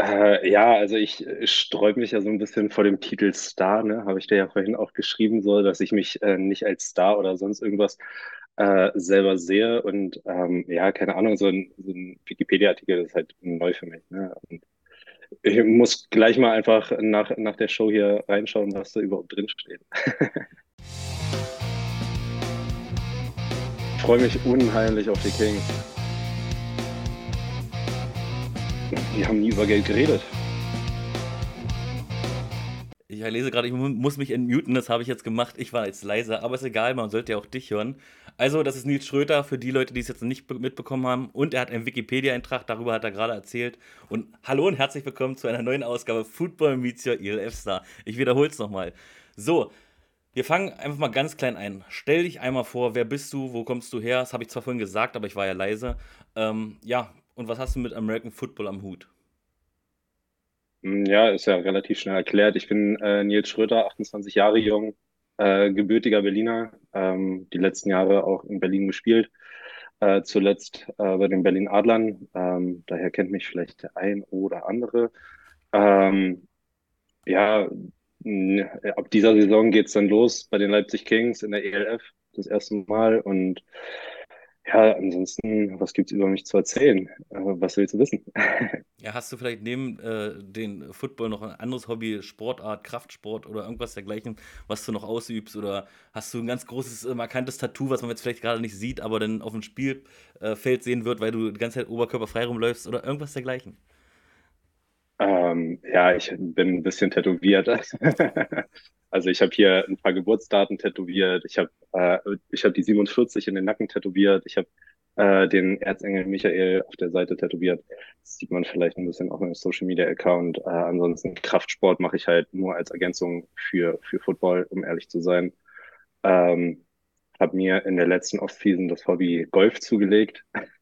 Ja, also ich sträube mich ja so ein bisschen vor dem Titel Star, ne? Habe ich dir ja vorhin auch geschrieben, so, dass ich mich nicht als Star oder sonst irgendwas selber sehe. Und ja, keine Ahnung, so ein Wikipedia-Artikel ist halt neu für mich, ne? Und ich muss gleich mal einfach nach der Show hier reinschauen, was da überhaupt drin steht. Ich freue mich unheimlich auf die Kings. Die haben nie über Geld geredet. Ich lese gerade, ich muss mich entmuten, das habe ich jetzt gemacht. Ich war jetzt leise, aber ist egal, man sollte ja auch dich hören. Also, das ist Nils Schröter, für die Leute, die es jetzt nicht mitbekommen haben. Und er hat einen Wikipedia-Eintrag, darüber hat er gerade erzählt. Und hallo und herzlich willkommen zu einer neuen Ausgabe Football Meets Your ELF Star. Ich wiederhole es nochmal. So, wir fangen einfach mal ganz klein ein. Stell dich einmal vor, wer bist du, wo kommst du her? Das habe ich zwar vorhin gesagt, aber ich war ja leise. Ja, und was hast du mit American Football am Hut? Ja, ist ja relativ schnell erklärt. Ich bin Nils Schröter, 28 Jahre jung, gebürtiger Berliner, die letzten Jahre auch in Berlin gespielt, zuletzt bei den Berlin Adlern. Daher kennt mich vielleicht der ein oder andere. Ähm, ja, ab dieser Saison geht's dann los bei den Leipzig Kings in der ELF das erste Mal. Und ja, ansonsten, was gibt's über mich zu erzählen? Was willst du wissen? Ja, hast du vielleicht neben den Football noch ein anderes Hobby, Sportart, Kraftsport oder irgendwas dergleichen, was du noch ausübst? Oder hast du ein ganz großes, markantes Tattoo, was man jetzt vielleicht gerade nicht sieht, aber dann auf dem Spielfeld sehen wird, weil du die ganze Zeit oberkörperfrei rumläufst oder irgendwas dergleichen? Ja, ich bin ein bisschen tätowiert. Also ich habe hier ein paar Geburtsdaten tätowiert. Ich hab die 47 in den Nacken tätowiert. Ich habe den Erzengel Michael auf der Seite tätowiert. Das sieht man vielleicht ein bisschen auf meinem Social Media Account. Ansonsten Kraftsport mache ich halt nur als Ergänzung für Football, um ehrlich zu sein. Ähm, habe mir in der letzten Offseason das Hobby Golf zugelegt.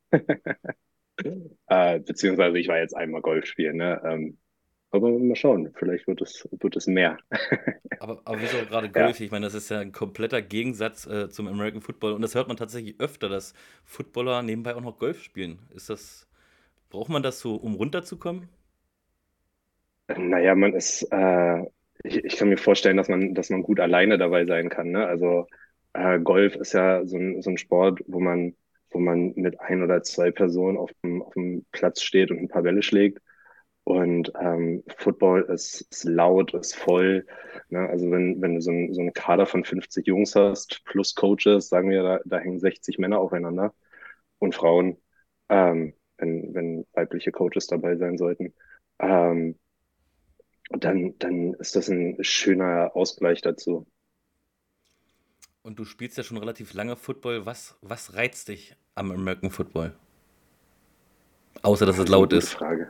Beziehungsweise ich war jetzt einmal Golf spielen, ne? Aber mal schauen, vielleicht wird es mehr. Aber wieso gerade Ja, Golf? Ich meine, das ist ja ein kompletter Gegensatz zum American Football. Und das hört man tatsächlich öfter, dass Footballer nebenbei auch noch Golf spielen. Braucht man das so, um runterzukommen? naja, ich kann mir vorstellen, dass man gut alleine dabei sein kann, ne? Also Golf ist ja so ein Sport, wo man mit ein oder zwei Personen auf dem Platz steht und ein paar Bälle schlägt. Und Football ist laut, ist voll. Ne? Also wenn du so einen Kader von 50 Jungs hast, plus Coaches, sagen wir, da hängen 60 Männer aufeinander und Frauen, wenn weibliche Coaches dabei sein sollten. Ähm, und dann ist das ein schöner Ausgleich dazu. Und du spielst ja schon relativ lange Football. Was reizt dich am American Football? Außer, dass Das es ist eine laut gute ist. Frage.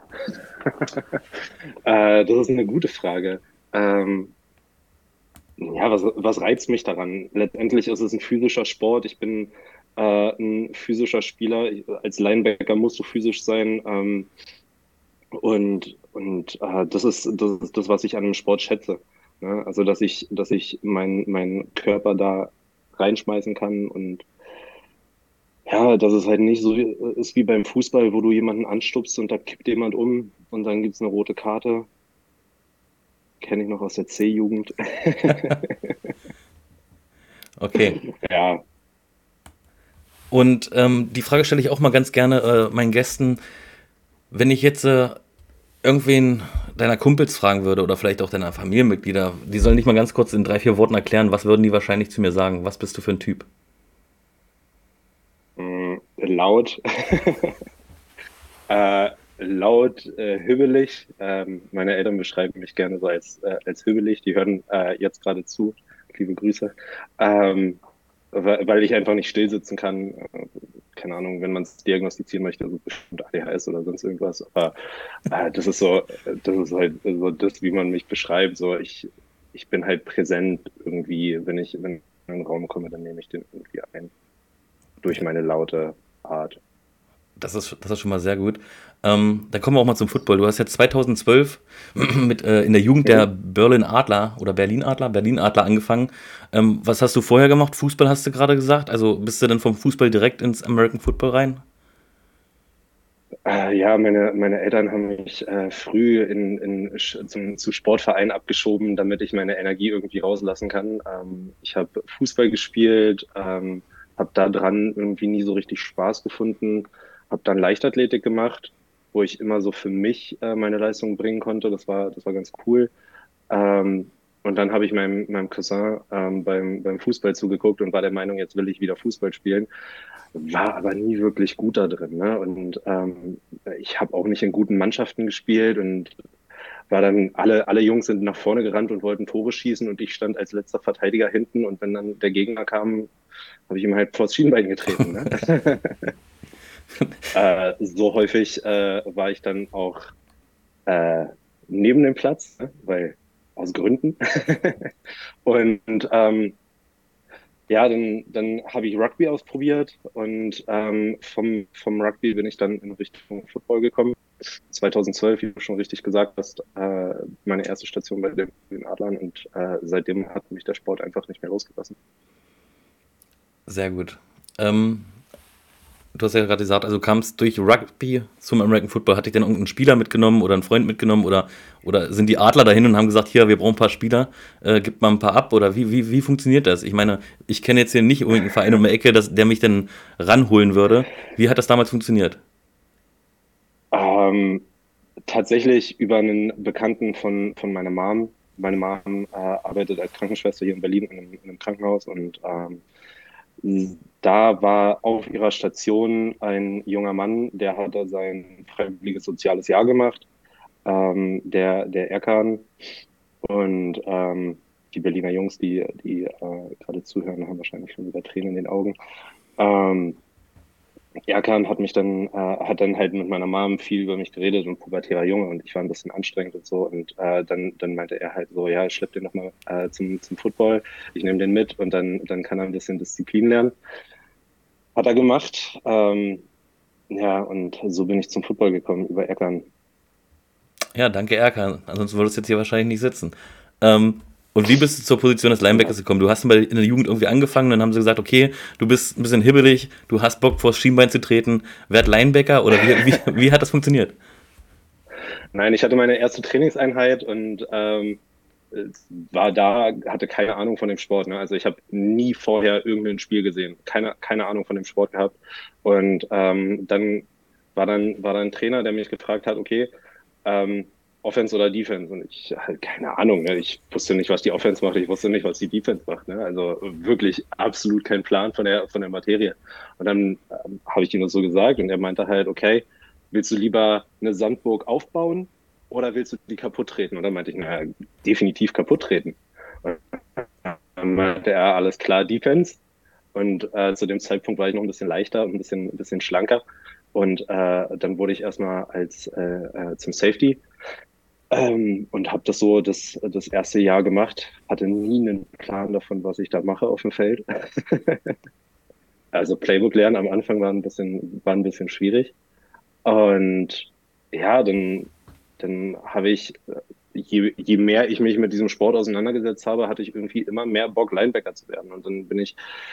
Das ist eine gute Frage. Ja, was reizt mich daran? Letztendlich ist es ein physischer Sport. Ich bin ein physischer Spieler. Als Linebacker musst du physisch sein. Und das ist das, was ich an dem Sport schätze. Ne? Also, dass ich meinen Körper da reinschmeißen kann und ja, dass es halt nicht so ist wie beim Fußball, wo du jemanden anstupst und da kippt jemand um und dann gibt's eine rote Karte. Kenne ich noch aus der C-Jugend. Okay. Ja, Und die Frage stelle ich auch mal ganz gerne meinen Gästen. Wenn ich jetzt irgendwen deiner Kumpels fragen würde oder vielleicht auch deiner Familienmitglieder, die sollen nicht mal ganz kurz in drei, vier Worten erklären, was würden die wahrscheinlich zu mir sagen? Was bist du für ein Typ? laut. Laut, hübbelig. Meine Eltern beschreiben mich gerne so als hübbelig. Die hören jetzt gerade zu. Liebe Grüße. Ähm, weil ich einfach nicht still sitzen kann. Keine Ahnung, wenn man es diagnostizieren möchte, also bestimmt ADHS oder sonst irgendwas. Aber das ist halt so das, wie man mich beschreibt. So, ich bin halt präsent irgendwie, wenn ich in einen Raum komme, dann nehme ich den irgendwie ein. Durch Ja, meine laute Art. das ist schon mal sehr gut. Dann kommen wir auch mal zum Football. Du hast ja 2012 in der Jugend der Mhm. Berlin Adler angefangen. Was hast du vorher gemacht? Fußball hast du gerade gesagt. Also bist du dann vom Fußball direkt ins American Football rein? Ja, meine Eltern haben mich früh zu Sportvereinen abgeschoben, damit ich meine Energie irgendwie rauslassen kann. Ich habe Fußball gespielt, habe da dran irgendwie nie so richtig Spaß gefunden, habe dann Leichtathletik gemacht, wo ich immer so für mich meine Leistung bringen konnte. Das war ganz cool. Und dann habe ich meinem Cousin beim Fußball zugeguckt und war der Meinung, jetzt will ich wieder Fußball spielen, war aber nie wirklich gut da drin. Ne? Und ich habe auch nicht in guten Mannschaften gespielt und war dann, alle Jungs sind nach vorne gerannt und wollten Tore schießen und ich stand als letzter Verteidiger hinten und wenn dann der Gegner kam, habe ich ihm halt vors Schienbein getreten. Ne? So häufig war ich dann auch äh, neben dem Platz, ne? Weil aus Gründen. Und ja, dann habe ich Rugby ausprobiert und vom Rugby bin ich dann in Richtung Football gekommen. 2012, wie du schon richtig gesagt hast, meine erste Station bei den Adlern und seitdem hat mich der Sport einfach nicht mehr losgelassen. Sehr gut. Ähm, Du hast ja gerade gesagt, also du kamst durch Rugby zum American Football. Hat dich denn irgendein Spieler mitgenommen oder ein Freund mitgenommen oder sind die Adler dahin und haben gesagt, hier, wir brauchen ein paar Spieler, gib mal ein paar ab oder wie funktioniert das? Ich meine, ich kenne jetzt hier nicht irgendeinen Verein um die Ecke, der mich dann ranholen würde. Wie hat das damals funktioniert? Ähm, Tatsächlich über einen Bekannten von meiner Mom. Meine Mom arbeitet als Krankenschwester hier in Berlin in einem Krankenhaus und da war auf ihrer Station ein junger Mann, der hatte sein freiwilliges soziales Jahr gemacht, der Erkan. Und die Berliner Jungs, die gerade zuhören, haben wahrscheinlich schon wieder Tränen in den Augen. Ähm, Erkan hat dann halt mit meiner Mom viel über mich geredet und pubertärer Junge und ich war ein bisschen anstrengend und so. Und dann meinte er halt so, ja, ich schlepp den nochmal zum Football, ich nehme den mit und dann kann er ein bisschen Disziplin lernen. Hat er gemacht. Ja, und so bin ich zum Football gekommen über Erkan. Ja, danke Erkan, ansonsten würdest du jetzt hier wahrscheinlich nicht sitzen. Und wie bist du zur Position des Linebackers Genau. gekommen? Du hast in der Jugend irgendwie angefangen, dann haben sie gesagt, okay, du bist ein bisschen hibbelig, du hast Bock vors Schienbein zu treten, werd Linebacker oder wie hat das funktioniert? Nein, ich hatte meine erste Trainingseinheit und hatte keine Ahnung von dem Sport. Ne? Also ich habe nie vorher irgendein Spiel gesehen, keine Ahnung von dem Sport gehabt. Und dann war dann ein Trainer, der mich gefragt hat, okay, Offense oder Defense? Und ich halt keine Ahnung. Ne? Ich wusste nicht, was die Offense macht, ich wusste nicht, was die Defense macht. Ne? Also wirklich absolut kein Plan von der Materie. Und dann habe ich ihm das so gesagt und er meinte halt, okay, willst du lieber eine Sandburg aufbauen oder willst du die kaputt treten? Und dann meinte ich, naja, definitiv kaputt treten. Und dann meinte er, alles klar, Defense. Und zu dem Zeitpunkt war ich noch ein bisschen leichter und ein bisschen schlanker. Und dann wurde ich erstmal zum Safety und habe das so das erste Jahr gemacht. Hatte nie einen Plan davon, was ich da mache auf dem Feld. Also Playbook lernen am Anfang war ein bisschen schwierig. Und ja, dann habe ich, je mehr ich mich mit diesem Sport auseinandergesetzt habe, hatte ich irgendwie immer mehr Bock, Linebacker zu werden. Und dann bin ich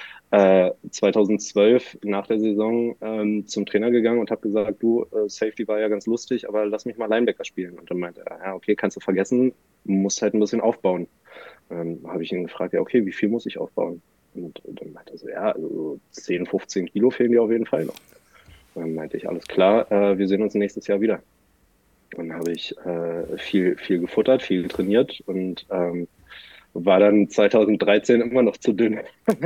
2012 nach der Saison zum Trainer gegangen und habe gesagt, du, Safety war ja ganz lustig, aber lass mich mal Linebacker spielen. Und dann meinte er, ja, okay, kannst du vergessen, musst halt ein bisschen aufbauen. Und dann habe ich ihn gefragt, ja, okay, wie viel muss ich aufbauen? Und dann meinte er so, ja, also so 10, 15 Kilo fehlen dir auf jeden Fall noch. Und dann meinte ich, alles klar, wir sehen uns nächstes Jahr wieder. Und dann habe ich viel gefuttert, viel trainiert und war dann 2013 immer noch zu dünn.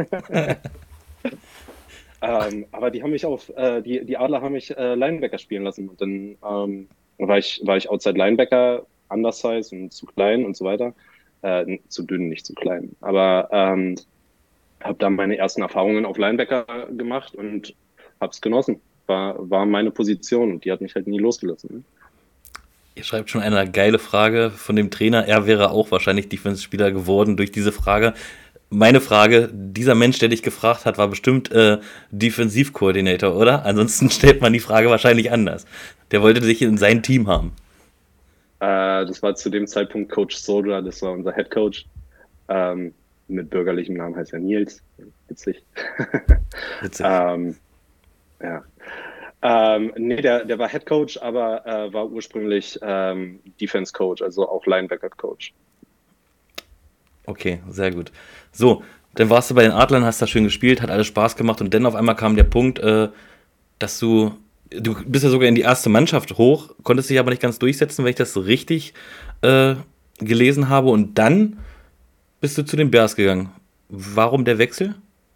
Aber die Adler haben mich Linebacker spielen lassen. Und dann war ich Outside Linebacker, Undersize und zu klein und so weiter. Zu dünn, nicht zu klein. Aber habe dann meine ersten Erfahrungen auf Linebacker gemacht und habe es genossen. War meine Position und die hat mich halt nie losgelassen. Ne? Ihr schreibt schon eine geile Frage von dem Trainer. Er wäre auch wahrscheinlich Defense-Spieler geworden durch diese Frage. Meine Frage, dieser Mensch, der dich gefragt hat, war bestimmt Defensivkoordinator, oder? Ansonsten stellt man die Frage wahrscheinlich anders. Der wollte dich in sein Team haben. Das war zu dem Zeitpunkt Coach Soldier, das war unser Head Coach. Ähm, mit bürgerlichem Namen heißt er Nils. Witzig. Witzig. ähm, ja. Nee, der war Head Coach, aber war ursprünglich Defense Coach, also auch Linebacker Coach. Okay, sehr gut. So, dann warst du bei den Adlern, hast da schön gespielt, hat alles Spaß gemacht und dann auf einmal kam der Punkt, dass du bist ja sogar in die erste Mannschaft hoch, konntest dich aber nicht ganz durchsetzen, wenn ich das so richtig äh, gelesen habe. Und dann bist du zu den Bears gegangen. Warum der Wechsel?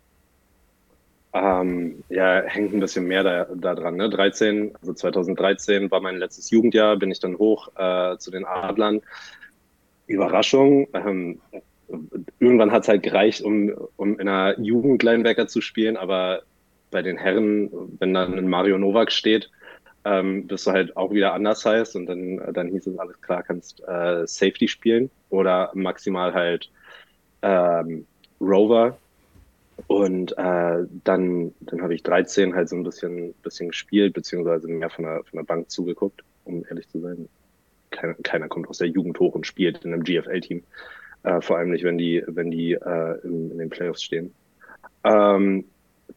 Ja, hängt ein bisschen mehr da dran. Ne? 13, also 2013 war mein letztes Jugendjahr, bin ich dann hoch zu den Adlern. Überraschung. Irgendwann hat es halt gereicht, um in einer Jugend-Linebacker zu spielen, aber bei den Herren, wenn dann ein Mario Novak steht, bist du halt auch wieder anders heißt und dann hieß es alles klar, kannst Safety spielen oder maximal halt Rover. Und dann habe ich 13 halt so ein bisschen gespielt, beziehungsweise mehr von der Bank zugeguckt, um ehrlich zu sein. Keiner kommt aus der Jugend hoch und spielt in einem GFL-Team. Vor allem nicht, wenn die in den Playoffs stehen. Ähm,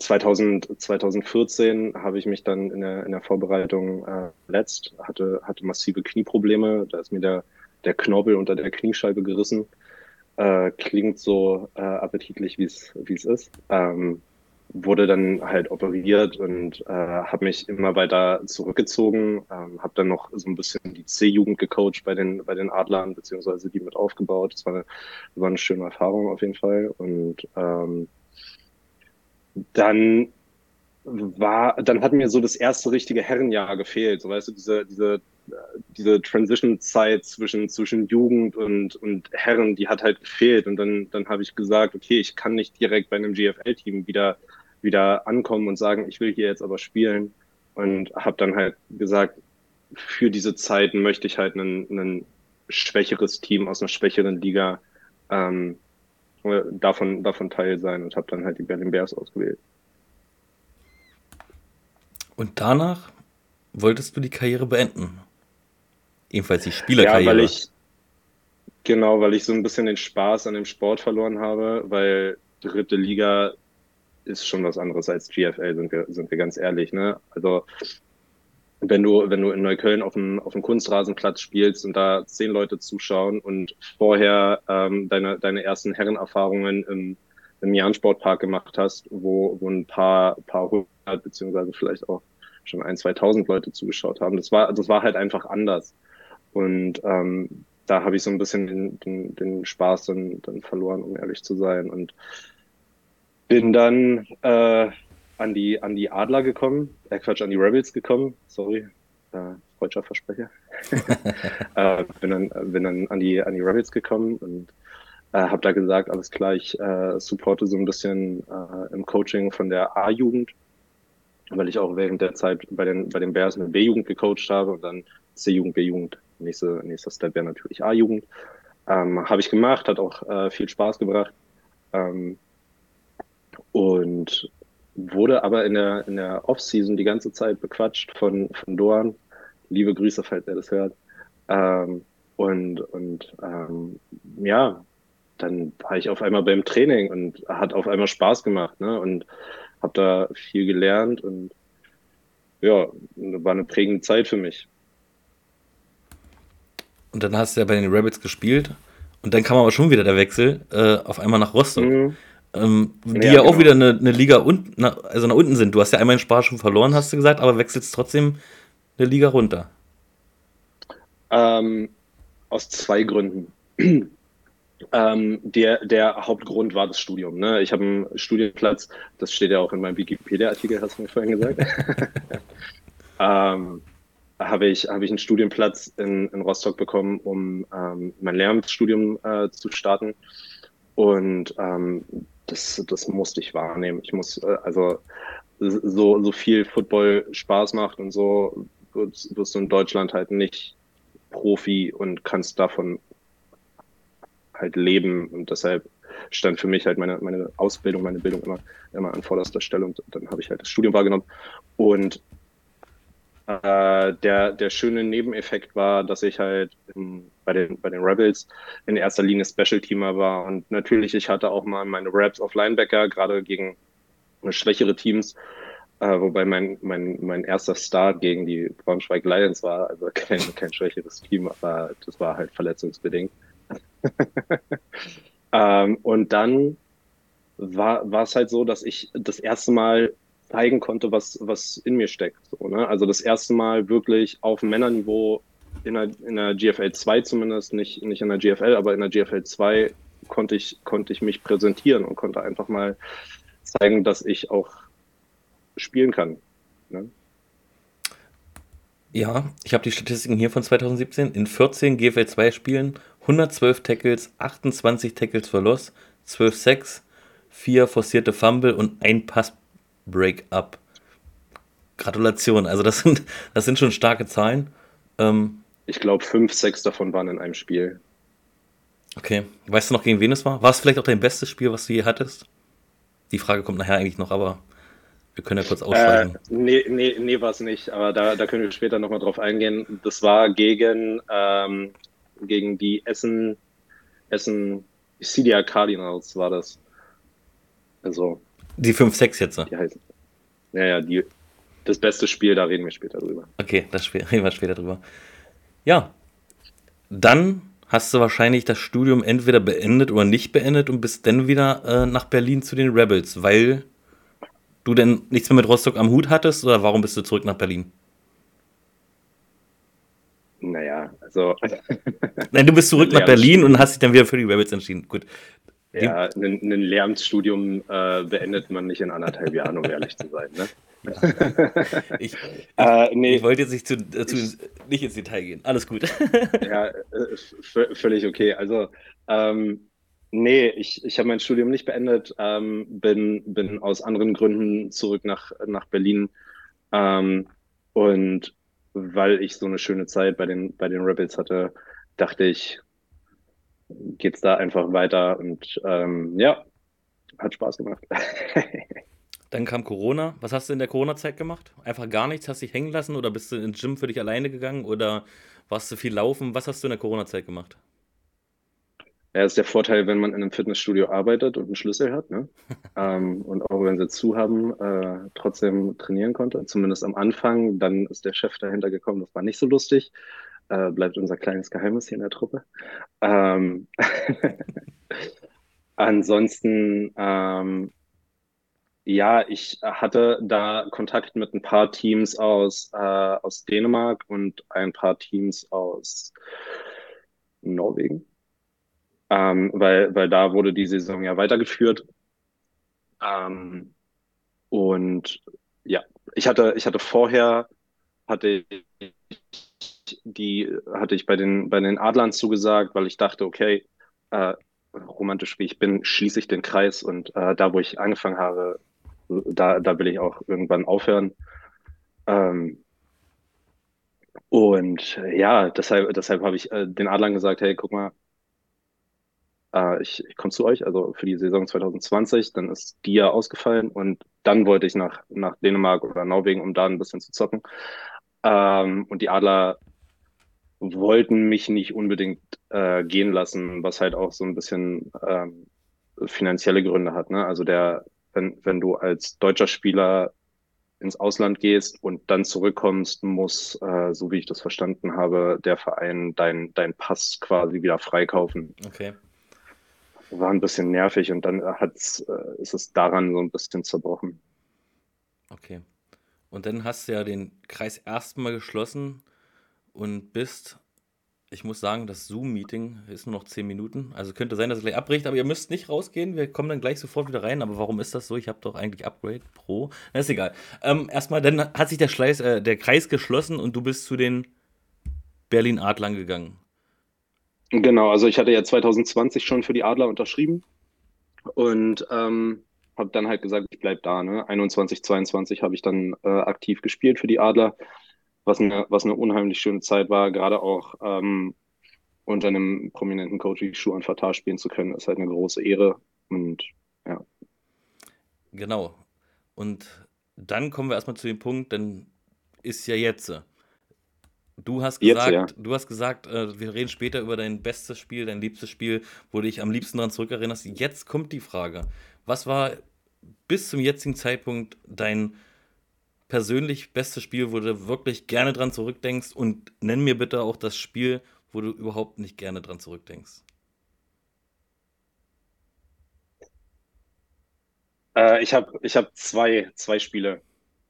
2014 habe ich mich dann in der Vorbereitung verletzt, hatte massive Knieprobleme. Da ist mir der Knorpel unter der Kniescheibe gerissen. Klingt so appetitlich, wie es ist. Wurde dann halt operiert und habe mich immer weiter zurückgezogen. Habe dann noch so ein bisschen die C-Jugend gecoacht bei den Adlern, beziehungsweise die mit aufgebaut. Das war eine schöne Erfahrung auf jeden Fall. Und dann dann hat mir so das erste richtige Herrenjahr gefehlt. So weißt du, diese Transition-Zeit zwischen Jugend und Herren, die hat halt gefehlt. Und dann habe ich gesagt, okay, ich kann nicht direkt bei einem GFL-Team wieder ankommen und sagen, ich will hier jetzt aber spielen. Und habe dann halt gesagt, für diese Zeit möchte ich halt ein schwächeres Team aus einer schwächeren Liga ähm, davon Teil sein und habe dann halt die Berlin Bears ausgewählt. Und danach wolltest du die Karriere beenden. Ebenfalls die Ja, Spielerkarriere. weil ich so ein bisschen den Spaß an dem Sport verloren habe, weil dritte Liga ist schon was anderes als GFL, sind wir ganz ehrlich, ne? Also, wenn du in Neukölln auf dem Kunstrasenplatz spielst und da 10 Leute zuschauen und vorher deine ersten Herrenerfahrungen im Jahn-Sportpark gemacht hast, wo ein paar hundert, beziehungsweise vielleicht auch schon 1.000, 2.000 Leute zugeschaut haben, das war halt einfach anders. Und da habe ich so ein bisschen den Spaß dann verloren, um ehrlich zu sein. Und bin dann an die Adler gekommen, Quatsch, an die Rebels gekommen, sorry, freudscher Versprecher. Bin dann an die Rebels gekommen und habe da gesagt, alles klar, ich supporte so ein bisschen im Coaching von der A-Jugend, weil ich auch während der Zeit bei den Bears eine B-Jugend gecoacht habe und dann C-Jugend, B-Jugend. Nächster Step wäre natürlich A-Jugend. Habe ich gemacht, hat auch viel Spaß gebracht. Ähm, und wurde aber in der Off-Season die ganze Zeit bequatscht von Doan. Liebe Grüße, falls er das hört. Ähm, und ja, dann war ich auf einmal beim Training und hat auf einmal Spaß gemacht, ne? Und habe da viel gelernt und ja, war eine prägende Zeit für mich. Und dann hast du ja bei den Rabbits gespielt. Und dann kam aber schon wieder der Wechsel auf einmal nach Rostock. Mhm. Die Ja, ja auch wieder genau. eine Liga also nach unten sind. Du hast ja einmal den Spaß schon verloren, hast du gesagt, aber wechselst trotzdem eine Liga runter. Ähm, aus zwei Gründen. Der Hauptgrund war das Studium. Ne? Ich habe einen Studienplatz, das steht ja auch in meinem Wikipedia-Artikel, hast du mir vorhin gesagt. ähm, habe ich einen Studienplatz in Rostock bekommen, um mein Lehramtsstudium zu starten. Und das musste ich wahrnehmen. Also so viel Football Spaß macht und so, wirst du in Deutschland halt nicht Profi und kannst davon halt leben. Und deshalb stand für mich halt meine Ausbildung, meine Bildung immer an vorderster Stelle. Und dann habe ich halt das Studium wahrgenommen. Und der schöne Nebeneffekt war, dass ich halt bei den Rebels in erster Linie Special-Teamer war. Und natürlich, ich hatte auch mal meine Raps auf Linebacker, gerade gegen schwächere Teams. wobei mein erster Start gegen die Braunschweig Lions war, also kein schwächeres Team, aber das war halt verletzungsbedingt. Und dann war es halt so, dass ich das erste Mal zeigen konnte, was in mir steckt. So, ne? Also das erste Mal wirklich auf Männerniveau in der GFL 2 zumindest, nicht in der GFL, aber in der GFL 2 konnte ich mich präsentieren und konnte einfach mal zeigen, dass ich auch spielen kann. Ne? Ja, ich habe die Statistiken hier von 2017. In 14 GFL 2 Spielen 112 Tackles, 28 Tackles for Loss, 12 Sacks, 4 forcierte Fumble und ein Pass-Break-up. Gratulation, also das sind schon starke Zahlen. Ähm, Ich glaube, fünf, sechs davon waren in einem Spiel. okay, weißt du noch, gegen wen es war? War es vielleicht auch dein bestes Spiel, was du je hattest? Die Frage kommt nachher eigentlich noch, aber wir können ja kurz ausschweifen. Nee, war es nicht, aber da können wir später nochmal drauf eingehen. Das war gegen die Essen CDR Cardinals war das. Also, Die 5-6 jetzt. die heißen. Naja, das beste Spiel, da reden wir später drüber. Okay, reden wir später drüber. Ja, dann hast du wahrscheinlich das Studium entweder beendet oder nicht beendet und bist dann wieder nach Berlin zu den Rebels, weil du denn nichts mehr mit Rostock am Hut hattest oder warum bist du zurück nach Berlin? Naja, also Nein, du bist ein zurück nach Berlin und Lehramtsstudium, hast dich dann wieder für die Rebels entschieden. Gut. Die, ja, ein Lehramtsstudium beendet man nicht in 1,5 Jahren, um ehrlich zu sein, ne? ja, ich, ich Nee, wollte jetzt nicht ich, nicht ins Detail gehen. Alles gut. ja, völlig okay. Also, nee, ich habe mein Studium nicht beendet, bin aus anderen Gründen zurück nach Berlin. Ähm, und weil ich so eine schöne Zeit bei den Rebels hatte, dachte ich, geht's da einfach weiter und ja, hat Spaß gemacht. Dann kam Corona. Was hast du in der Corona-Zeit gemacht? Einfach gar nichts? Hast dich hängen lassen oder bist du ins Gym für dich alleine gegangen oder warst du viel laufen? Was hast du in der Corona-Zeit gemacht? Ja, ist der Vorteil, wenn man in einem Fitnessstudio arbeitet und einen Schlüssel hat, ne? Und auch wenn sie zu haben, trotzdem trainieren konnte, zumindest am Anfang. Dann ist der Chef dahinter gekommen, das war nicht so lustig. Bleibt unser kleines Geheimnis hier in der Truppe. Ähm, ansonsten, ja, ich hatte da Kontakt mit ein paar Teams aus Dänemark und ein paar Teams aus Norwegen, weil da wurde die Saison ja weitergeführt. Ähm, und ja, ich hatte vorher, hatte hatte ich bei den Adlern zugesagt, weil ich dachte, okay, äh, romantisch wie ich bin, schließe ich den Kreis und da, wo ich angefangen habe, da will ich auch irgendwann aufhören. Ähm, und ja, deshalb habe ich den Adlern gesagt, hey, guck mal, ich komme zu euch, also für die Saison 2020, dann ist die ja ausgefallen und dann wollte ich nach Dänemark oder Norwegen, um da ein bisschen zu zocken. Und die Adler wollten mich nicht unbedingt gehen lassen, was halt auch so ein bisschen finanzielle Gründe hat. Ne? Also wenn du als deutscher Spieler ins Ausland gehst und dann zurückkommst, muss, so wie ich das verstanden habe, der Verein dein Pass quasi wieder freikaufen. Okay, War ein bisschen nervig und dann ist es daran so ein bisschen zerbrochen. okay. Und dann hast du ja den Kreis erstmal geschlossen und bist, ich muss sagen, das Zoom-Meeting ist nur noch 10 Minuten. Also könnte sein, dass es gleich abbricht, aber ihr müsst nicht rausgehen. Wir kommen dann gleich sofort wieder rein. Aber warum ist das so? Ich habe doch eigentlich Upgrade Pro. Na, ist egal. Erstmal, dann hat sich der Kreis geschlossen und du bist zu den Berlin Adlern gegangen. Genau, also ich hatte ja 2020 schon für die Adler unterschrieben und habe dann halt gesagt, ich bleib da. Ne? 21, 22 habe ich dann aktiv gespielt für die Adler, was eine unheimlich schöne Zeit war, gerade auch unter einem prominenten Coach wie Schuhan Fatah spielen zu können, ist halt eine große Ehre. Und ja, Genau. Und dann kommen wir erstmal zu dem Punkt, dann ist ja jetzt. jetzt ja. Du hast gesagt, wir reden später über dein bestes Spiel, dein liebstes Spiel, wo du dich am liebsten daran zurückerinnerst. Jetzt kommt die Frage. Was war bis zum jetzigen Zeitpunkt dein persönlich beste Spiel, wo du wirklich gerne dran zurückdenkst und nenn mir bitte auch das Spiel, wo du überhaupt nicht gerne dran zurückdenkst. Ich hab zwei Spiele,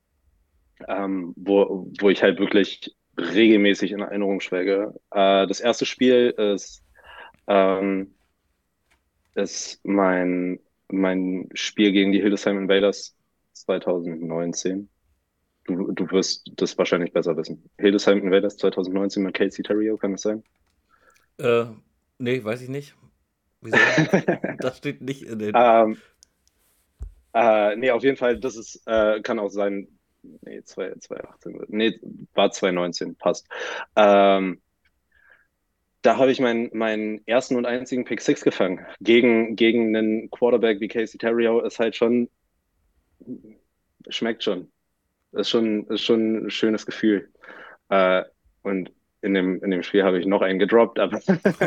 wo ich halt wirklich regelmäßig in Erinnerung schwelge. Das erste Spiel ähm, ist mein Spiel gegen die Hildesheim Invaders 2019. Du wirst das wahrscheinlich besser wissen. Hildesheim Invaders 2019 mit Casey Terrio, kann das sein? Äh, nee, weiß ich nicht. Wieso? Das steht nicht in den. ähm, Nee, auf jeden Fall, kann auch sein, nee, 2018, nee, war 2019, passt. Ähm, Da habe ich meinen ersten und einzigen Pick Six gefangen. Gegen einen Quarterback wie Casey Terrio ist halt schon, schmeckt schon. Ist schon ein schönes Gefühl. Äh, und in dem Spiel habe ich noch einen gedroppt, aber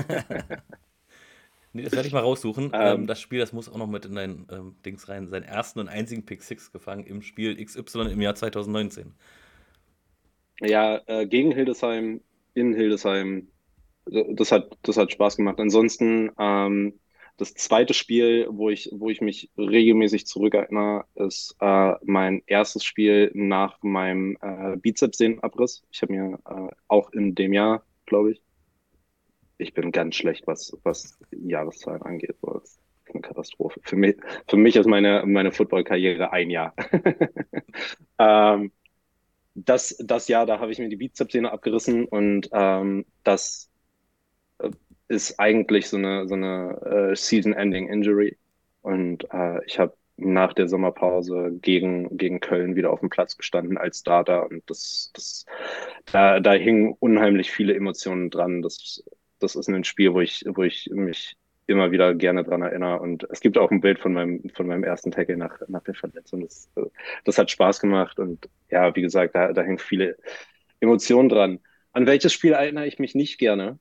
Nee, das werde ich mal raussuchen. ähm, Das Spiel, das muss auch noch mit in dein Dings rein. Seinen ersten und einzigen Pick 6 gefangen im Spiel XY im Jahr 2019. ja, gegen Hildesheim, in Hildesheim, das hat Spaß gemacht. Ansonsten, das zweite Spiel, wo ich mich regelmäßig zurückerinnere, ist mein erstes Spiel nach meinem Bizepssehnenabriss. Ich habe mir auch in dem Jahr, glaube ich bin ganz schlecht, was Jahreszahlen angeht. So, das ist eine Katastrophe. Für mich ist meine Football-Karriere ein Jahr. ähm, das Jahr, da habe ich mir die Bizepssehne abgerissen und das äh, ist eigentlich so eine Season-Ending-Injury. Und ich habe nach der Sommerpause gegen Köln wieder auf dem Platz gestanden als Starter. Und da hingen unheimlich viele Emotionen dran. Das ist ein Spiel, wo ich mich immer wieder gerne dran erinnere. Und es gibt auch ein Bild von meinem ersten Tackle nach der Verletzung. Das hat Spaß gemacht. Und ja, wie gesagt, da hängen viele Emotionen dran. An welches Spiel erinnere ich mich nicht gerne?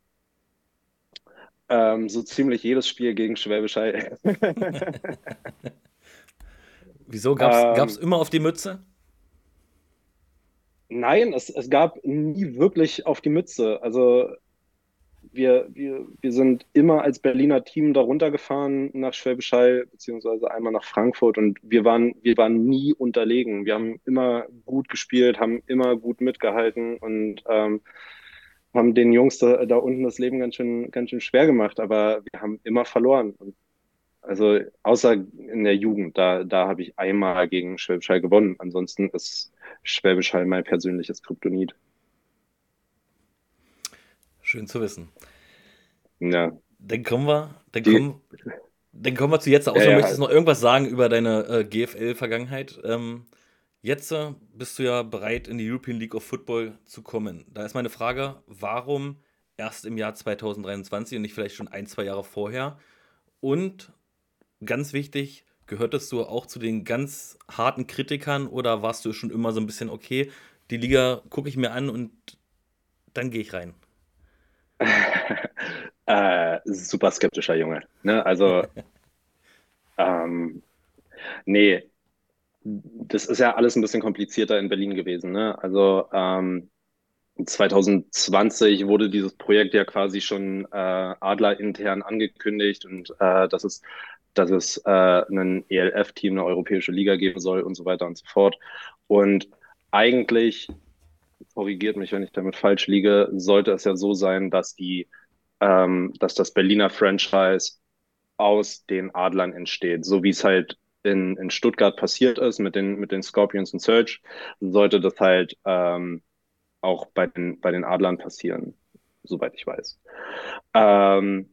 So ziemlich jedes Spiel gegen Schwäbisch Hall. Wieso gab's ähm, immer auf die Mütze? nein, es gab nie wirklich auf die Mütze. Also wir sind immer als Berliner Team da runtergefahren nach Schwäbisch Hall, beziehungsweise einmal nach Frankfurt und wir waren nie unterlegen. Wir haben immer gut gespielt, haben immer gut mitgehalten und haben den Jungs da unten das Leben ganz schön schwer gemacht, aber wir haben immer verloren. Und also außer in der Jugend, da habe ich einmal gegen Schwäbisch Hall gewonnen. Ansonsten ist Schwäbisch Hall mein persönliches Kryptonit. Schön zu wissen. Ja, Dann kommen wir, dann die, kommen, dann kommen wir zu jetzt. ja, Außer möchtest ja. du noch irgendwas sagen über deine GFL-Vergangenheit? Jetzt bist du ja bereit, in die European League of Football zu kommen. Da ist meine Frage, warum erst im Jahr 2023 und nicht vielleicht schon ein, zwei Jahre vorher? Und ganz wichtig, gehörtest du auch zu den ganz harten Kritikern oder warst du schon immer so ein bisschen, okay, die Liga gucke ich mir an und dann gehe ich rein? Super skeptischer Junge. Ne? Also, nee, das ist ja alles ein bisschen komplizierter in Berlin gewesen. Ne? Also, 2020 wurde dieses Projekt ja quasi schon Adler intern angekündigt und dass es ein ELF-Team, eine europäische Liga geben soll und so weiter und so fort. Und eigentlich, korrigiert mich, wenn ich damit falsch liege, sollte es ja so sein, dass das Berliner Franchise aus den Adlern entsteht, so wie es halt in Stuttgart passiert ist mit den Scorpions und Surge, sollte das halt auch bei den Adlern passieren, soweit ich weiß. Ähm,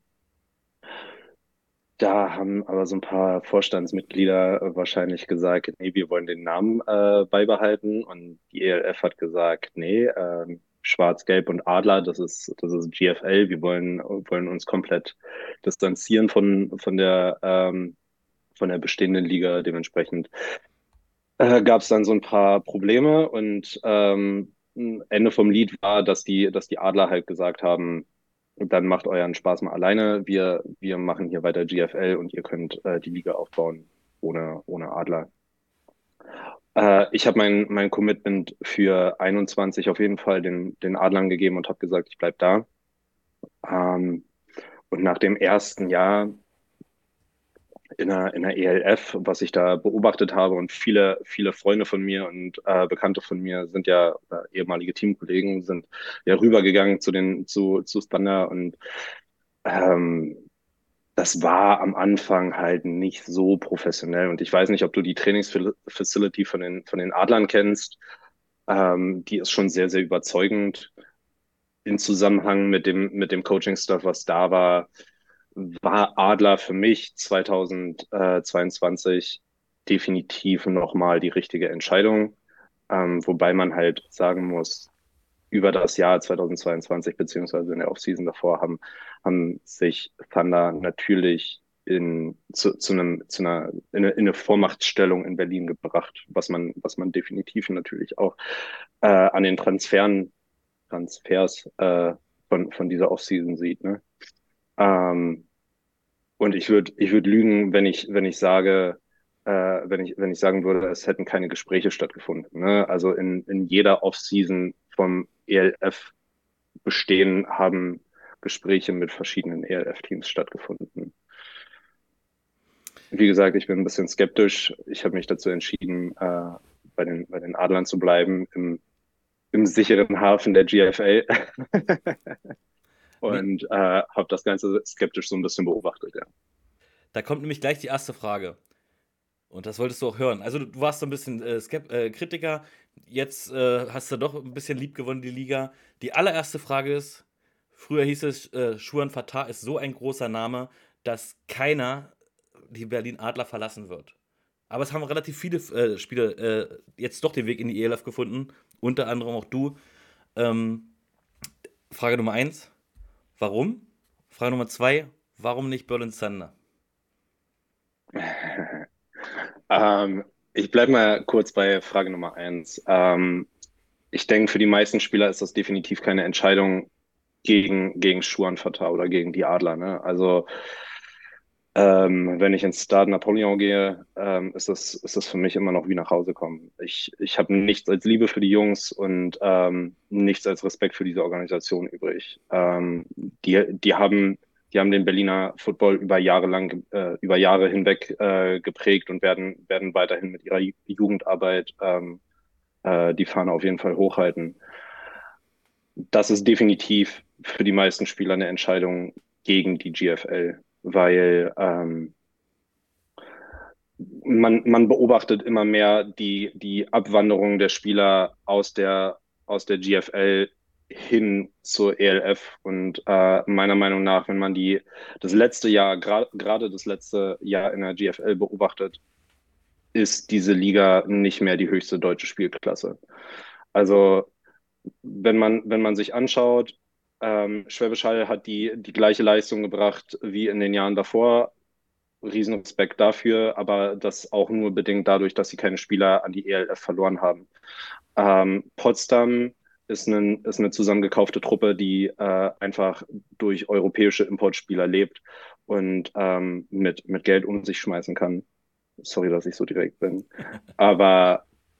Da haben aber so ein paar Vorstandsmitglieder wahrscheinlich gesagt, nee, wir wollen den Namen beibehalten. Und die ELF hat gesagt, nee, Schwarz, Gelb und Adler, das ist GFL. Wir wollen uns komplett distanzieren von der bestehenden Liga. Dementsprechend gab es dann so ein paar Probleme und Ende vom Lied war, dass die Adler halt gesagt haben, dann macht euren Spaß mal alleine. Wir machen hier weiter GFL und ihr könnt die Liga aufbauen ohne Adler. Ich habe mein Commitment für 21 auf jeden Fall den Adlern gegeben und habe gesagt, ich bleib da. Ähm, und nach dem ersten Jahr in der ELF, was ich da beobachtet habe und viele Freunde von mir und Bekannte von mir sind ja ehemalige Teamkollegen, sind ja rübergegangen zu Thunder und ähm, das war am Anfang halt nicht so professionell. Und ich weiß nicht, ob du die Trainingsfacility von den Adlern kennst. Die ist schon sehr, sehr überzeugend. In Zusammenhang mit dem Coaching-Stuff, was da war Adler für mich 2022 definitiv nochmal die richtige Entscheidung. Wobei man halt sagen muss, über das Jahr 2022 beziehungsweise in der Offseason davor haben sich Thunder natürlich in eine Vormachtstellung in Berlin gebracht, was man definitiv natürlich auch an den Transfers von dieser Offseason sieht. Ne? Ähm, und ich würd lügen, wenn ich sage, wenn ich sagen würde, es hätten keine Gespräche stattgefunden. Ne? Also in jeder Offseason vom ELF bestehen, haben Gespräche mit verschiedenen ELF-Teams stattgefunden. Wie gesagt, ich bin ein bisschen skeptisch. Ich habe mich dazu entschieden, bei den Adlern zu bleiben, im sicheren Hafen der GFL Nee, und habe das Ganze skeptisch so ein bisschen beobachtet, ja. da kommt nämlich gleich die erste Frage. Und das wolltest du auch hören. Also du warst so ein bisschen Kritiker, jetzt hast du doch ein bisschen lieb gewonnen, die Liga. Die allererste Frage ist, früher hieß es, Schuan Fatah ist so ein großer Name, dass keiner die Berlin Adler verlassen wird. Aber es haben relativ viele Spieler jetzt doch den Weg in die ELF gefunden, unter anderem auch du. Ähm, Frage Nummer eins, warum? Frage Nummer 2, warum nicht Berlin Thunder? Ich bleibe mal kurz bei Frage Nummer eins. Ich denke, für die meisten Spieler ist das definitiv keine Entscheidung gegen Juan Fatah oder gegen die Adler. Ne? Also wenn ich ins Stade Napoleon gehe, ist das für mich immer noch wie nach Hause kommen. Ich habe nichts als Liebe für die Jungs und nichts als Respekt für diese Organisation übrig. Die haben den Berliner Football über Jahre hinweg geprägt und werden weiterhin mit ihrer Jugendarbeit die Fahne auf jeden Fall hochhalten. Das ist definitiv für die meisten Spieler eine Entscheidung gegen die GFL, weil man beobachtet immer mehr die Abwanderung der Spieler aus der GFL hin zur ELF. Und meiner Meinung nach, wenn man das letzte Jahr, gerade das letzte Jahr in der GFL beobachtet, ist diese Liga nicht mehr die höchste deutsche Spielklasse. Also wenn man sich anschaut, Schwäbisch Hall hat die gleiche Leistung gebracht wie in den Jahren davor. Riesenrespekt dafür, aber das auch nur bedingt dadurch, dass sie keine Spieler an die ELF verloren haben. Potsdam ist eine zusammengekaufte Truppe, die einfach durch europäische Importspieler lebt und mit Geld um sich schmeißen kann. Sorry, dass ich so direkt bin. Aber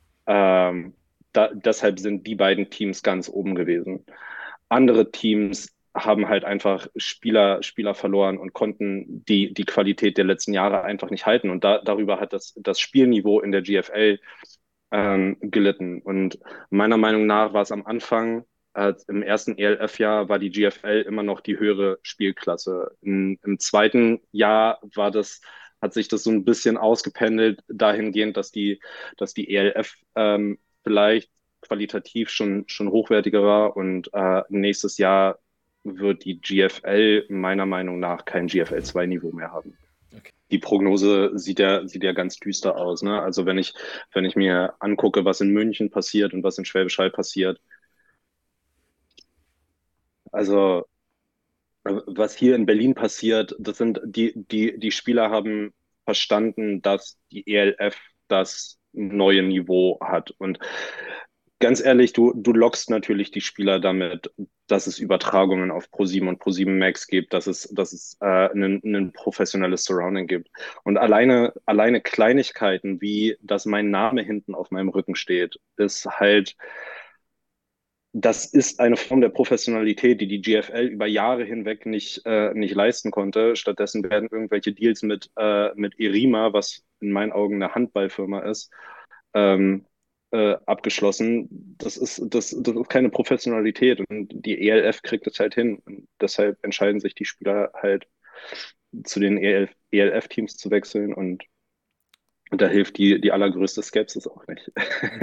deshalb sind die beiden Teams ganz oben gewesen. Andere Teams haben halt einfach Spieler verloren und konnten die Qualität der letzten Jahre einfach nicht halten. Und darüber hat das Spielniveau in der GFL gelitten. Und meiner Meinung nach war es am Anfang, im ersten ELF-Jahr, war die GFL immer noch die höhere Spielklasse. Im zweiten Jahr hat sich das so ein bisschen ausgependelt, dahingehend, dass die ELF vielleicht qualitativ schon hochwertiger war und nächstes Jahr wird die GFL meiner Meinung nach kein GFL 2 Niveau mehr haben. Okay. Die Prognose sieht ja ganz düster aus. Ne? Also wenn ich mir angucke, was in München passiert und was in Schwäbisch Hall passiert, also was hier in Berlin passiert, das sind die Spieler haben verstanden, dass die ELF das neue Niveau hat. Und ganz ehrlich, du lockst natürlich die Spieler damit, dass es Übertragungen auf ProSieben und ProSieben Max gibt, dass es ein professionelles Surrounding gibt. Und alleine Kleinigkeiten, wie dass mein Name hinten auf meinem Rücken steht, ist halt, das ist eine Form der Professionalität, die die GFL über Jahre hinweg nicht leisten konnte. Stattdessen werden irgendwelche Deals mit Erima, was in meinen Augen eine Handballfirma ist, ähm, abgeschlossen. Das ist keine Professionalität und die ELF kriegt es halt hin. Und deshalb entscheiden sich die Spieler halt zu den ELF-Teams zu wechseln und da hilft die allergrößte Skepsis auch nicht. Und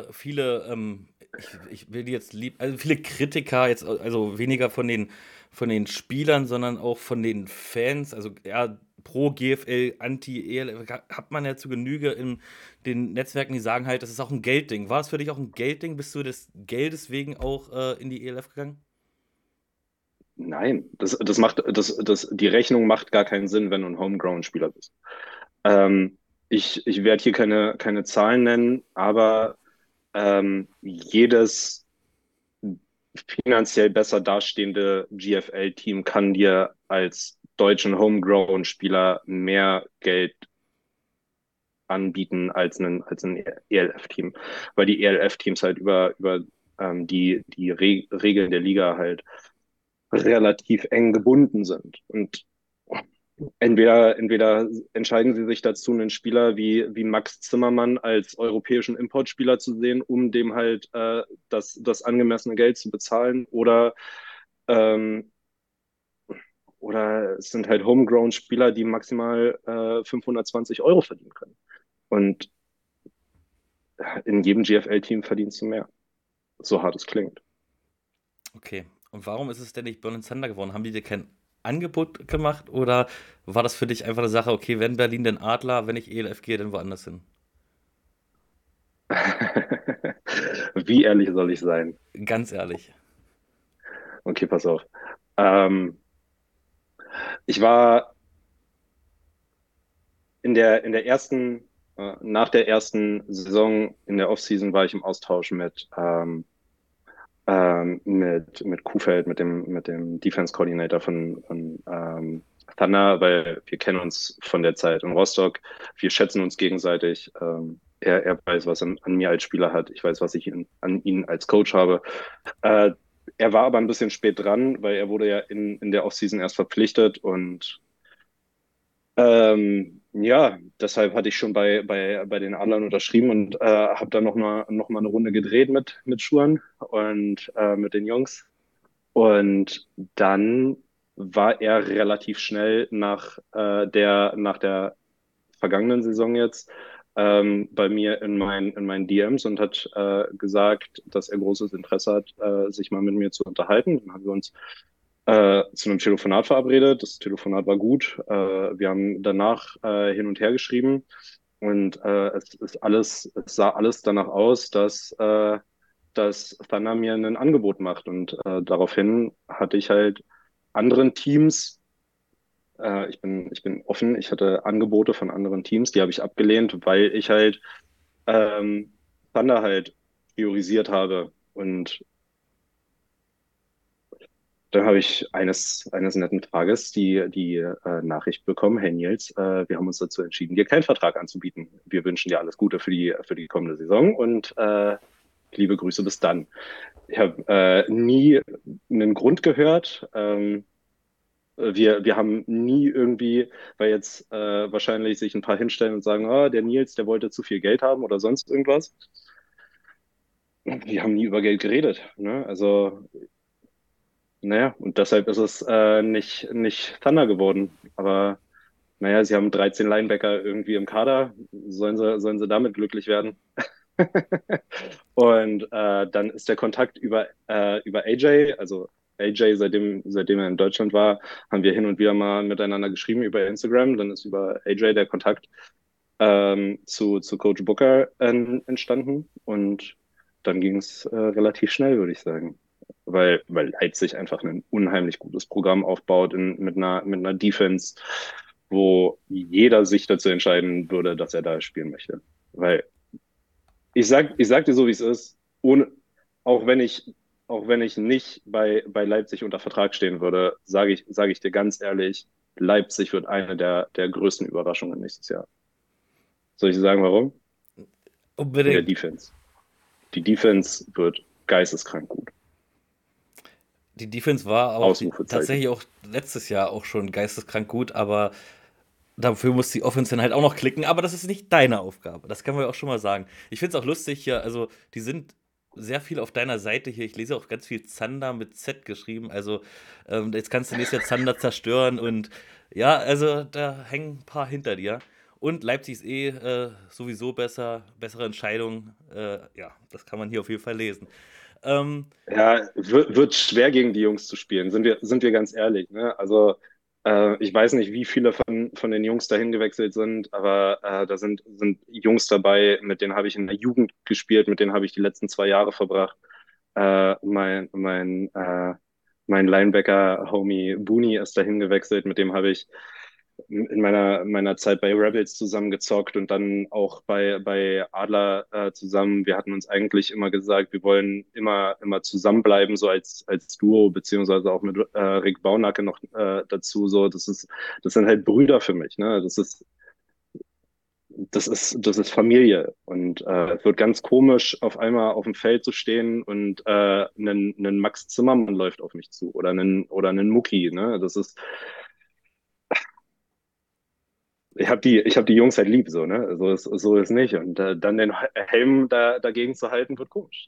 ich will die jetzt lieb, also viele Kritiker, jetzt, also weniger von den Spielern, sondern auch von den Fans, also ja, pro GFL, anti-ELF, hat man ja zu Genüge in den Netzwerken, die sagen halt, das ist auch ein Geldding. War das für dich auch ein Geldding? Bist du des Geldes wegen auch in die ELF gegangen? Nein, die Rechnung macht gar keinen Sinn, wenn du ein Homegrown-Spieler bist. Ähm, ich werde hier keine Zahlen nennen, aber jedes finanziell besser dastehende GFL-Team kann dir als deutschen Homegrown-Spieler mehr Geld anbieten als ein ELF-Team, weil die ELF-Teams halt über die Regeln der Liga halt relativ eng gebunden sind. Und entweder entscheiden sie sich dazu, einen Spieler wie Max Zimmermann als europäischen Importspieler zu sehen, um dem halt das angemessene Geld zu bezahlen, ähm, oder es sind halt Homegrown-Spieler, die maximal 520 Euro verdienen können. Und in jedem GFL-Team verdienst du mehr, so hart es klingt. Okay. Und warum ist es denn nicht Berlin Thunder geworden? Haben die dir kein Angebot gemacht oder war das für dich einfach eine Sache, okay, wenn Berlin den Adler, wenn ich ELF gehe, dann woanders hin? Wie ehrlich soll ich sein? Ganz ehrlich. Okay, pass auf. Ähm, ich war nach der ersten Saison in der Offseason war ich im Austausch mit Kuhfeld, mit dem Defense Coordinator von Thunder, weil wir kennen uns von der Zeit in Rostock. Wir schätzen uns gegenseitig. Er weiß, was er an mir als Spieler hat. Ich weiß, was ich an ihn als Coach habe. Äh, Er war aber ein bisschen spät dran, weil er wurde ja in der Offseason erst verpflichtet und ja, deshalb hatte ich schon bei den Adlern unterschrieben und habe dann noch mal eine Runde gedreht mit Schuhen und mit den Jungs. Und dann war er relativ schnell nach der vergangenen Saison jetzt bei mir in meinen DMs und hat gesagt, dass er großes Interesse hat, sich mal mit mir zu unterhalten. Dann haben wir uns zu einem Telefonat verabredet. Das Telefonat war gut. Wir haben danach hin und her geschrieben und es sah alles danach aus, dass Thunder mir ein Angebot macht. Und daraufhin hatte ich halt anderen Teams, ich bin offen, ich hatte Angebote von anderen Teams, die habe ich abgelehnt, weil ich halt ähm, Thunder halt priorisiert habe. Und dann habe ich eines netten Tages die Nachricht bekommen, hey Nils, wir haben uns dazu entschieden, dir keinen Vertrag anzubieten. Wir wünschen dir alles Gute für die kommende Saison und liebe Grüße bis dann. Ich habe nie einen Grund gehört. Wir haben nie irgendwie, weil jetzt wahrscheinlich sich ein paar hinstellen und sagen, ah, der Nils, der wollte zu viel Geld haben oder sonst irgendwas. Wir haben nie über Geld geredet. Ne? Also, naja, und deshalb ist es nicht Thunder geworden. Aber naja, sie haben 13 Linebacker irgendwie im Kader. Sollen sie damit glücklich werden? Und dann ist der Kontakt über AJ, also AJ, seitdem er in Deutschland war, haben wir hin und wieder mal miteinander geschrieben über Instagram. Dann ist über AJ der Kontakt zu Coach Booker entstanden. Und dann ging es relativ schnell, würde ich sagen. Weil Leipzig einfach ein unheimlich gutes Programm aufbaut mit einer Defense, wo jeder sich dazu entscheiden würde, dass er da spielen möchte. Weil ich sag dir so, wie es ist. auch wenn ich, auch wenn ich nicht bei Leipzig unter Vertrag stehen würde, sage ich dir ganz ehrlich, Leipzig wird eine der größten Überraschungen nächstes Jahr. Soll ich dir sagen, warum? In der Unbedingt. Defense. Die Defense wird geisteskrank gut. Die Defense war auch Ausrufezeichen. tatsächlich auch letztes Jahr auch schon geisteskrank gut, aber dafür muss die Offense dann halt auch noch klicken, aber das ist nicht deine Aufgabe. Das können wir auch schon mal sagen. Ich finde es auch lustig hier, also die sind sehr viel auf deiner Seite hier. Ich lese auch ganz viel Zander mit Z geschrieben. Also jetzt kannst du nächstes Jahr Zander zerstören und ja, also da hängen ein paar hinter dir. Und Leipzig ist sowieso besser, bessere Entscheidung. Ja, das kann man hier auf jeden Fall lesen. Ähm, Ja, wird schwer gegen die Jungs zu spielen, sind wir ganz ehrlich. Ne? Also ich weiß nicht, wie viele von den Jungs dahin gewechselt sind, aber da sind Jungs dabei, mit denen habe ich in der Jugend gespielt, mit denen habe ich die letzten 2 Jahre verbracht. Mein Linebacker-Homie Booney ist dahin gewechselt, mit dem habe ich in meiner Zeit bei Rebels zusammengezockt und dann auch bei Adler zusammen. Wir hatten uns eigentlich immer gesagt, wir wollen immer zusammenbleiben, so als Duo, beziehungsweise auch mit Rick Baunacke noch dazu. So, das sind halt Brüder für mich, ne? Das ist Familie. Und es wird ganz komisch, auf einmal auf dem Feld zu stehen und einen Max Zimmermann läuft auf mich zu oder einen Mucki, ne? Ich hab die Jungs halt lieb, so, ne? So ist nicht. Und dann den Helm dagegen zu halten, wird komisch.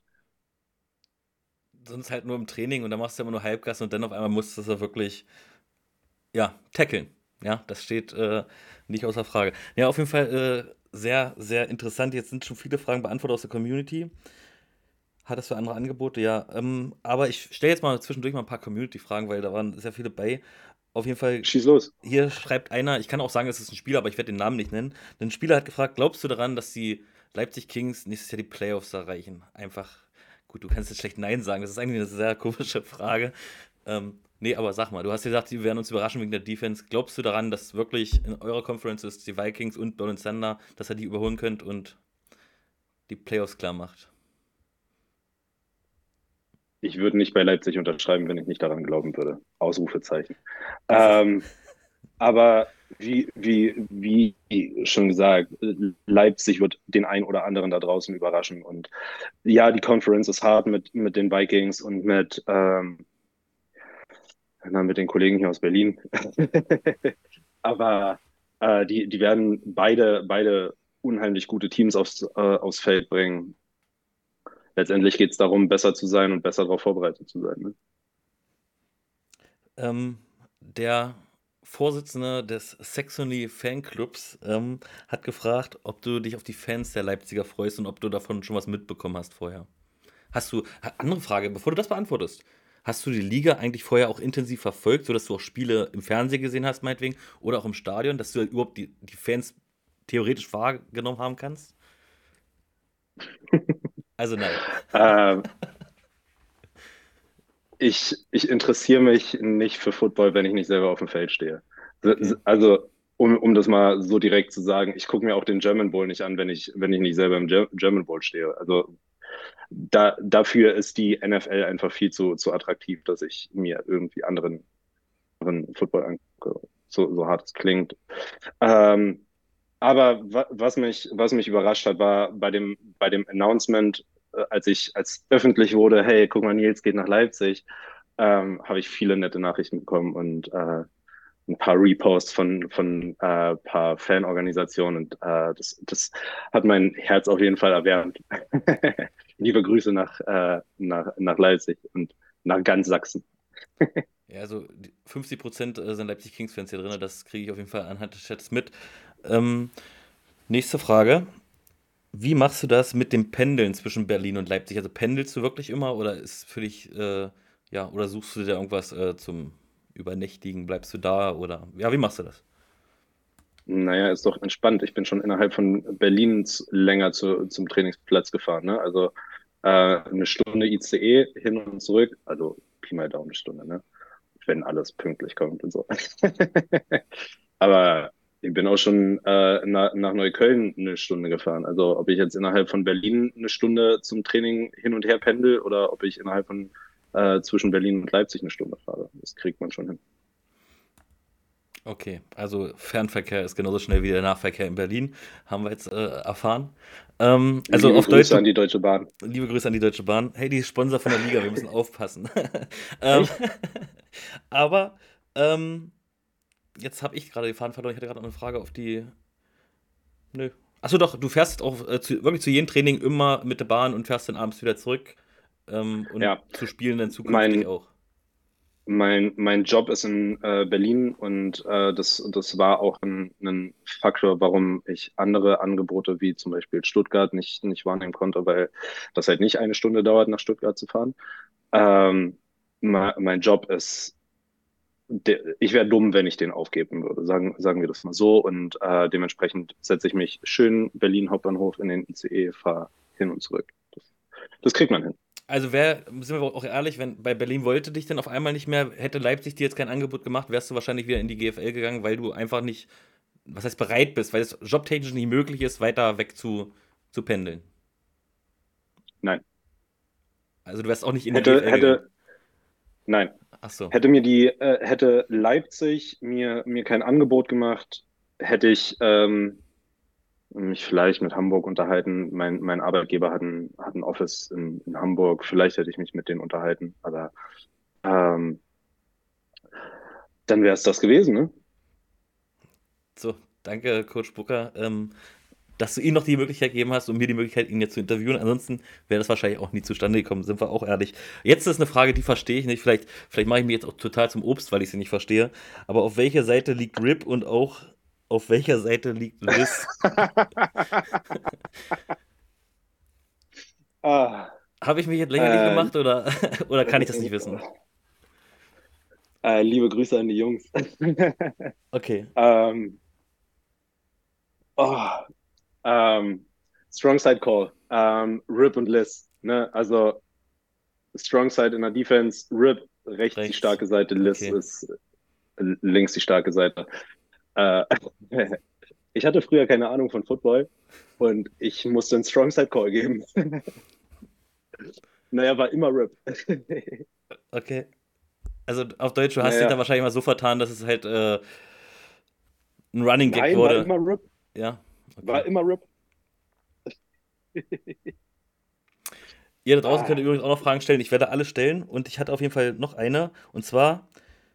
sonst halt nur im Training und dann machst du immer nur Halbgas und dann auf einmal musst du es ja wirklich, ja, tackeln. Ja, das steht nicht außer Frage. Ja, auf jeden Fall sehr, sehr interessant. Jetzt sind schon viele Fragen beantwortet aus der Community. Hattest du andere Angebote? Ja, aber ich stelle jetzt mal zwischendurch mal ein paar Community-Fragen, weil da waren sehr viele bei. Auf jeden Fall, Schieß los. hier schreibt einer, ich kann auch sagen, es ist ein Spieler, aber ich werde den Namen nicht nennen. Ein Spieler hat gefragt, glaubst du daran, dass die Leipzig Kings nächstes Jahr die Playoffs erreichen? Einfach, gut, du kannst jetzt schlecht Nein sagen, das ist eigentlich eine sehr komische Frage. Nee, aber sag mal, du hast gesagt, die werden uns überraschen wegen der Defense. Glaubst du daran, dass wirklich in eurer Conference ist, die Vikings und Berlin Thunder, dass ihr die überholen könnt und die Playoffs klar macht? Ich würde nicht bei Leipzig unterschreiben, wenn ich nicht daran glauben würde. Ausrufezeichen. Das ist, Ähm, aber wie schon gesagt, Leipzig wird den einen oder anderen da draußen überraschen. Und ja, die Conference ist hart mit den Vikings und mit den Kollegen hier aus Berlin. Aber die werden beide unheimlich gute Teams aufs Feld bringen. Letztendlich geht es darum, besser zu sein und besser darauf vorbereitet zu sein. Ne? der Vorsitzende des Saxony Fanclubs hat gefragt, ob du dich auf die Fans der Leipziger freust und ob du davon schon was mitbekommen hast vorher. Andere Frage, bevor du das beantwortest, hast du die Liga eigentlich vorher auch intensiv verfolgt, sodass du auch Spiele im Fernsehen gesehen hast, meinetwegen, oder auch im Stadion, dass du halt überhaupt die Fans theoretisch wahrgenommen haben kannst? Also nein. Äh, ich interessiere mich nicht für Football, wenn ich nicht selber auf dem Feld stehe. Okay. Also, um das mal so direkt zu sagen, ich gucke mir auch den German Bowl nicht an, wenn ich nicht selber im German Bowl stehe. Also, dafür ist die NFL einfach viel zu attraktiv, dass ich mir irgendwie anderen Football angucke. So hart es klingt. Ähm, aber was mich überrascht hat, war bei dem Announcement, als öffentlich wurde, hey, guck mal, Nils geht nach Leipzig, habe ich viele nette Nachrichten bekommen und ein paar Reposts von paar Fanorganisationen und das hat mein Herz auf jeden Fall erwärmt. Liebe Grüße nach Leipzig und nach ganz Sachsen. Ja, also 50% sind Leipzig Kings-Fans hier drin, das kriege ich auf jeden Fall anhand des Chats mit. Ähm, Nächste Frage. Wie machst du das mit dem Pendeln zwischen Berlin und Leipzig? Also pendelst du wirklich immer oder ist für dich, ja, oder suchst du dir irgendwas zum Übernächtigen? Bleibst du da oder, ja, wie machst du das? Naja, ist doch entspannt. Ich bin schon innerhalb von Berlin länger zum Trainingsplatz gefahren. Ne? Also eine Stunde ICE hin und zurück. Also Pi mal Daumen eine Stunde, ne? Wenn alles pünktlich kommt und so. Aber Ich bin auch schon nach Neukölln eine Stunde gefahren. Also ob ich jetzt innerhalb von Berlin eine Stunde zum Training hin und her pendel oder ob ich innerhalb von zwischen Berlin und Leipzig eine Stunde fahre. Das kriegt man schon hin. Okay, also Fernverkehr ist genauso schnell wie der Nahverkehr in Berlin, haben wir jetzt erfahren. Also Liebe auf Deutsch, Grüße an die Deutsche Bahn. liebe Grüße an die Deutsche Bahn. Hey, die ist Sponsor von der Liga, wir müssen aufpassen. ähm, Echt? aber ähm, jetzt habe ich gerade die Faden verloren. Ich hatte gerade noch eine Frage auf die. Nö. Achso, doch, du fährst auch wirklich zu jedem Training immer mit der Bahn und fährst dann abends wieder zurück und Ja, zu spielen dann zukünftig mein, auch. mein Job ist in Berlin und das war auch ein Faktor, warum ich andere Angebote wie zum Beispiel Stuttgart nicht wahrnehmen konnte, weil das halt nicht eine Stunde dauert, nach Stuttgart zu fahren. Ähm, mein Job ist, ich wäre dumm, wenn ich den aufgeben würde, sagen wir das mal so. Und dementsprechend setze ich mich schön Berlin Hauptbahnhof in den ICE, fahre hin und zurück. Das kriegt man hin. Also sind wir auch ehrlich, wenn bei Berlin wollte dich dann auf einmal nicht mehr, hätte Leipzig dir jetzt kein Angebot gemacht, wärst du wahrscheinlich wieder in die GFL gegangen, weil du einfach nicht, was heißt bereit bist, weil es jobtechnisch nicht möglich ist, weiter weg zu pendeln. Nein. Also du wärst auch nicht in die Hätte, GFL gegangen. hätte, nein. Ach so. Hätte Leipzig mir kein Angebot gemacht, hätte ich mich vielleicht mit Hamburg unterhalten. Mein Arbeitgeber hat ein Office in Hamburg. Vielleicht hätte ich mich mit denen unterhalten, aber ähm, dann wäre es das gewesen, ne? So, danke, Coach Booker, dass du ihm noch die Möglichkeit gegeben hast und mir die Möglichkeit, ihn jetzt zu interviewen. Ansonsten wäre das wahrscheinlich auch nie zustande gekommen, sind wir auch ehrlich. Jetzt ist eine Frage, die verstehe ich nicht. Vielleicht mache ich mich jetzt auch total zum Obst, weil ich sie nicht verstehe. Aber auf welcher Seite liegt Rip und auch auf welcher Seite liegt Liz? Ah, Habe ich mich jetzt lächerlich äh, gemacht oder kann ich das nicht wissen? liebe Grüße an die Jungs. Okay, ähm, oh, ähm, Strong Side Call. Rip und Liz. Ne? Also Strong Side in der Defense, Rip rechts die rechts. starke Seite, Liz Okay. ist links die starke Seite. Äh, ich hatte früher keine Ahnung von Football und ich musste einen Strong Side Call geben. Naja, war immer Rip. Okay. Also auf Deutsch, du hast dich da Naja, wahrscheinlich mal so vertan, dass es halt ein Running Gag nein, war wurde. immer Rip. Ja, okay. War immer Rip. Ihr da draußen könnt Ah, übrigens auch noch Fragen stellen. Ich werde alle stellen und ich hatte auf jeden Fall noch eine. Und zwar,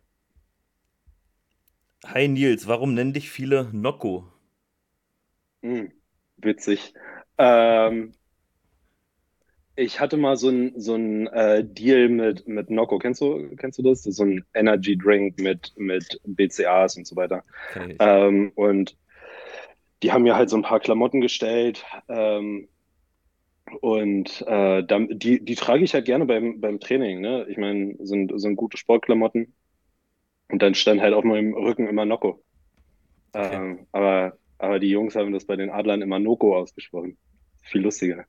hi Nils, warum nennen dich viele Nocco? mh, witzig. Ähm, ich hatte mal so ein Deal mit Nocco. Kennst du das? Das ist so ein Energy Drink mit BCAAs und so weiter. Kenn ich nicht. Und die haben mir halt so ein paar Klamotten gestellt. Die trage ich halt gerne beim Training, ne? Ich meine, sind gute Sportklamotten. Und dann stand halt auf meinem Rücken immer Nocco. Okay. Aber die Jungs haben das bei den Adlern immer Noco ausgesprochen. Viel lustiger.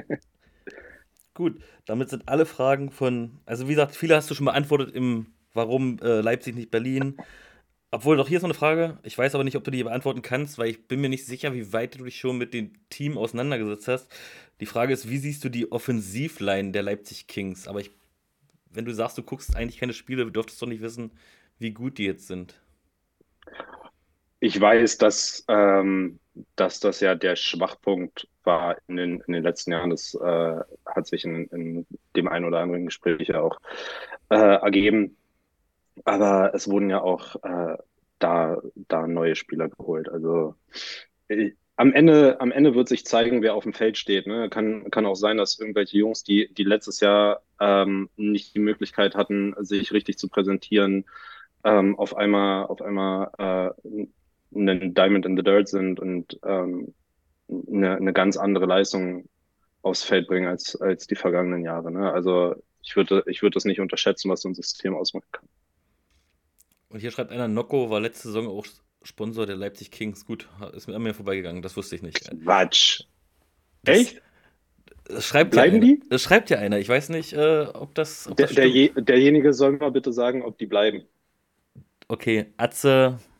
Gut, damit sind alle Fragen von, also wie gesagt, viele hast du schon beantwortet im Warum Leipzig nicht Berlin. Obwohl, doch hier ist noch eine Frage. Ich weiß aber nicht, ob du die beantworten kannst, weil ich bin mir nicht sicher, wie weit du dich schon mit dem Team auseinandergesetzt hast. Die Frage ist, wie siehst du die Offensivline der Leipzig Kings? Aber wenn du sagst, du guckst eigentlich keine Spiele, du dürftest doch nicht wissen, wie gut die jetzt sind. Ich weiß, dass das ja der Schwachpunkt war in den letzten Jahren. Das hat sich in dem einen oder anderen Gespräch ja auch ergeben. Aber es wurden ja auch da neue Spieler geholt. Also am Ende wird sich zeigen, wer auf dem Feld steht. Ne? Kann auch sein, dass irgendwelche Jungs, die letztes Jahr nicht die Möglichkeit hatten, sich richtig zu präsentieren, auf einmal einen Diamond in the Dirt sind und eine ganz andere Leistung aufs Feld bringen als die vergangenen Jahre. Ne? Also ich würde das nicht unterschätzen, was so ein System ausmachen kann. Und hier schreibt einer, Nocco war letzte Saison auch Sponsor der Leipzig Kings. Gut, ist mir an mir vorbeigegangen, das wusste ich nicht. Quatsch. Das, Echt? das schreibt ja Bleiben einer. die? Das schreibt ja einer. Ich weiß nicht, ob das stimmt. Derjenige soll mal bitte sagen, ob die bleiben. Okay, Atze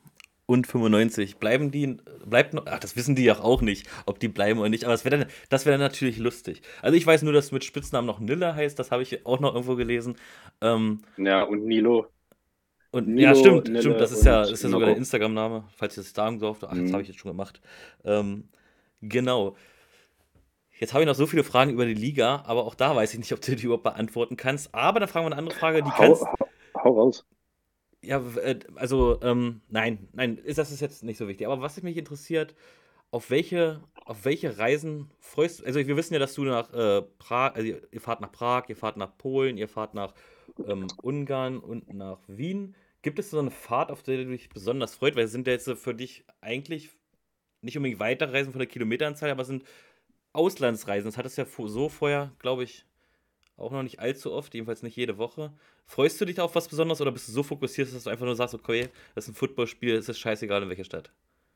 und 95. Bleibt noch, ach, das wissen die ja auch nicht, ob die bleiben oder nicht, aber das wäre dann natürlich lustig. Also ich weiß nur, dass mit Spitznamen noch Nille heißt, das habe ich auch noch irgendwo gelesen. Ähm, Ja, und Nilo, und ja, Nilo, stimmt, Nille das und ist ja sogar der Nocco. Instagram-Name, falls ich das sagen durfte. Ach, das habe Mhm. ich jetzt schon gemacht. Ähm, genau. Jetzt habe ich noch so viele Fragen über die Liga, aber auch da weiß ich nicht, ob du die überhaupt beantworten kannst. Aber dann fragen wir eine andere Frage, die Hau, kannst. hau raus. Ja, also, nein, das ist jetzt nicht so wichtig. Aber was mich interessiert, auf welche Reisen freust du? Also, wir wissen ja, dass du nach Prag, also ihr fahrt nach Prag, ihr fahrt nach Polen, ihr fahrt nach Ungarn und nach Wien. Gibt es so eine Fahrt, auf der du dich besonders freut? Weil es sind ja jetzt für dich eigentlich nicht unbedingt Weiterreisen von der Kilometeranzahl, aber es sind Auslandsreisen. Das hattest du ja so vorher, glaube ich, auch noch nicht allzu oft, jedenfalls nicht jede Woche. Freust du dich auf was Besonderes oder bist du so fokussiert, dass du einfach nur sagst, okay, das ist ein Footballspiel, es ist scheißegal in welcher Stadt?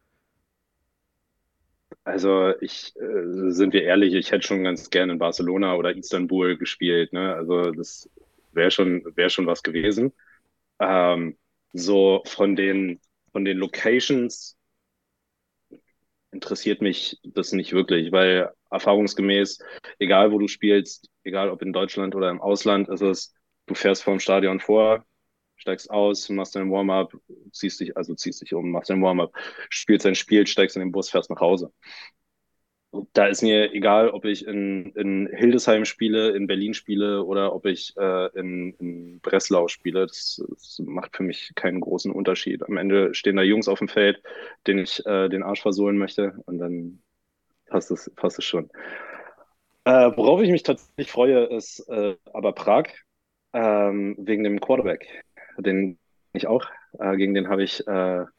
Also sind wir ehrlich, ich hätte schon ganz gerne in Barcelona oder Istanbul gespielt, ne? Also das wäre schon was gewesen. Ähm, so von den Locations interessiert mich das nicht wirklich, weil erfahrungsgemäß, egal wo du spielst, egal ob in Deutschland oder im Ausland, ist es, du fährst vorm Stadion vor, steigst aus, machst dein Warm-up, ziehst dich um, machst dein Warm-up, spielst dein Spiel, steigst in den Bus, fährst nach Hause. Da ist mir egal, ob ich in Hildesheim spiele, in Berlin spiele oder ob ich in Breslau spiele. Das macht für mich keinen großen Unterschied. Am Ende stehen da Jungs auf dem Feld, denen ich den Arsch versohlen möchte und dann passt es schon. Worauf ich mich tatsächlich freue, ist aber Prag wegen dem Quarterback. Den ich auch. Gegen den habe ich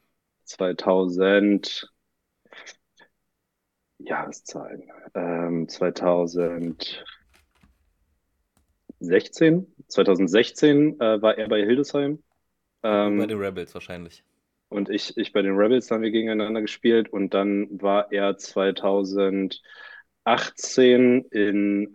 2000 Jahreszahlen. 2016 war er bei Hildesheim Und du bei ähm, den Rebels wahrscheinlich. und ich bei den Rebels, da haben wir gegeneinander gespielt und dann war er 2018 in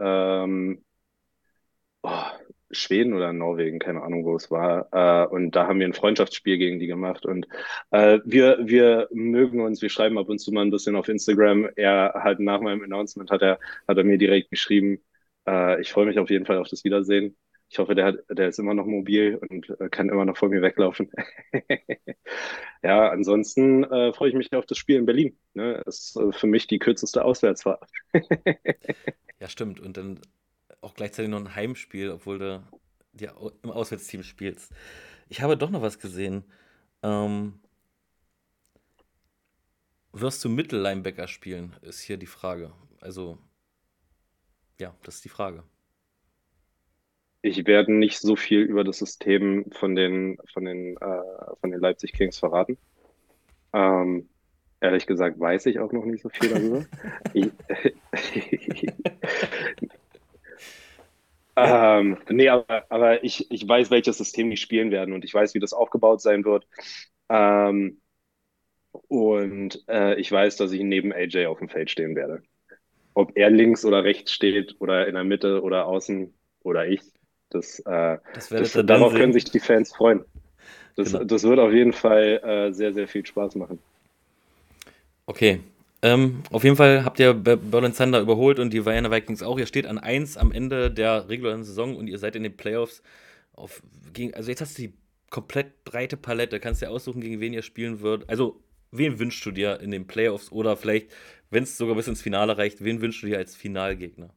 oh, Schweden oder Norwegen, keine Ahnung, wo es war. Und da haben wir ein Freundschaftsspiel gegen die gemacht. Und wir mögen uns, wir schreiben ab und zu mal ein bisschen auf Instagram. Er hat nach meinem Announcement hat er mir direkt geschrieben, ich freue mich auf jeden Fall auf das Wiedersehen. Ich hoffe, der ist immer noch mobil und kann immer noch vor mir weglaufen. Ja, ansonsten freue ich mich auf das Spiel in Berlin. Ne? Das ist für mich die kürzeste Auswärtsfahrt. Ja, stimmt. Und dann auch gleichzeitig noch ein Heimspiel, obwohl du ja im Auswärtsteam spielst. Ich habe doch noch was gesehen. Ähm, wirst du Mittellinebacker spielen, ist hier die Frage. Also, ja, das ist die Frage. Ich werde nicht so viel über das System von den Leipzig Kings verraten. Ähm, ehrlich gesagt weiß ich auch noch nicht so viel darüber. Ich, Ja, nee, aber ich weiß, welches System die spielen werden und ich weiß, wie das aufgebaut sein wird. Ähm, und ich weiß, dass ich neben AJ auf dem Feld stehen werde. Ob er links oder rechts steht oder in der Mitte oder außen oder ich, das werdet ihr dann darauf können sehen. sich die Fans freuen. Genau. Das wird auf jeden Fall sehr, sehr viel Spaß machen. Okay. Auf jeden Fall habt ihr Berlin Thunder überholt und die Vienna Vikings auch. Ihr steht an eins am Ende der regulären Saison und ihr seid in den Playoffs. Also jetzt hast du die komplett breite Palette. Kannst dir aussuchen, gegen wen ihr spielen würdet. Also, wen wünschst du dir in den Playoffs oder vielleicht, wenn es sogar bis ins Finale reicht, wen wünschst du dir als Finalgegner?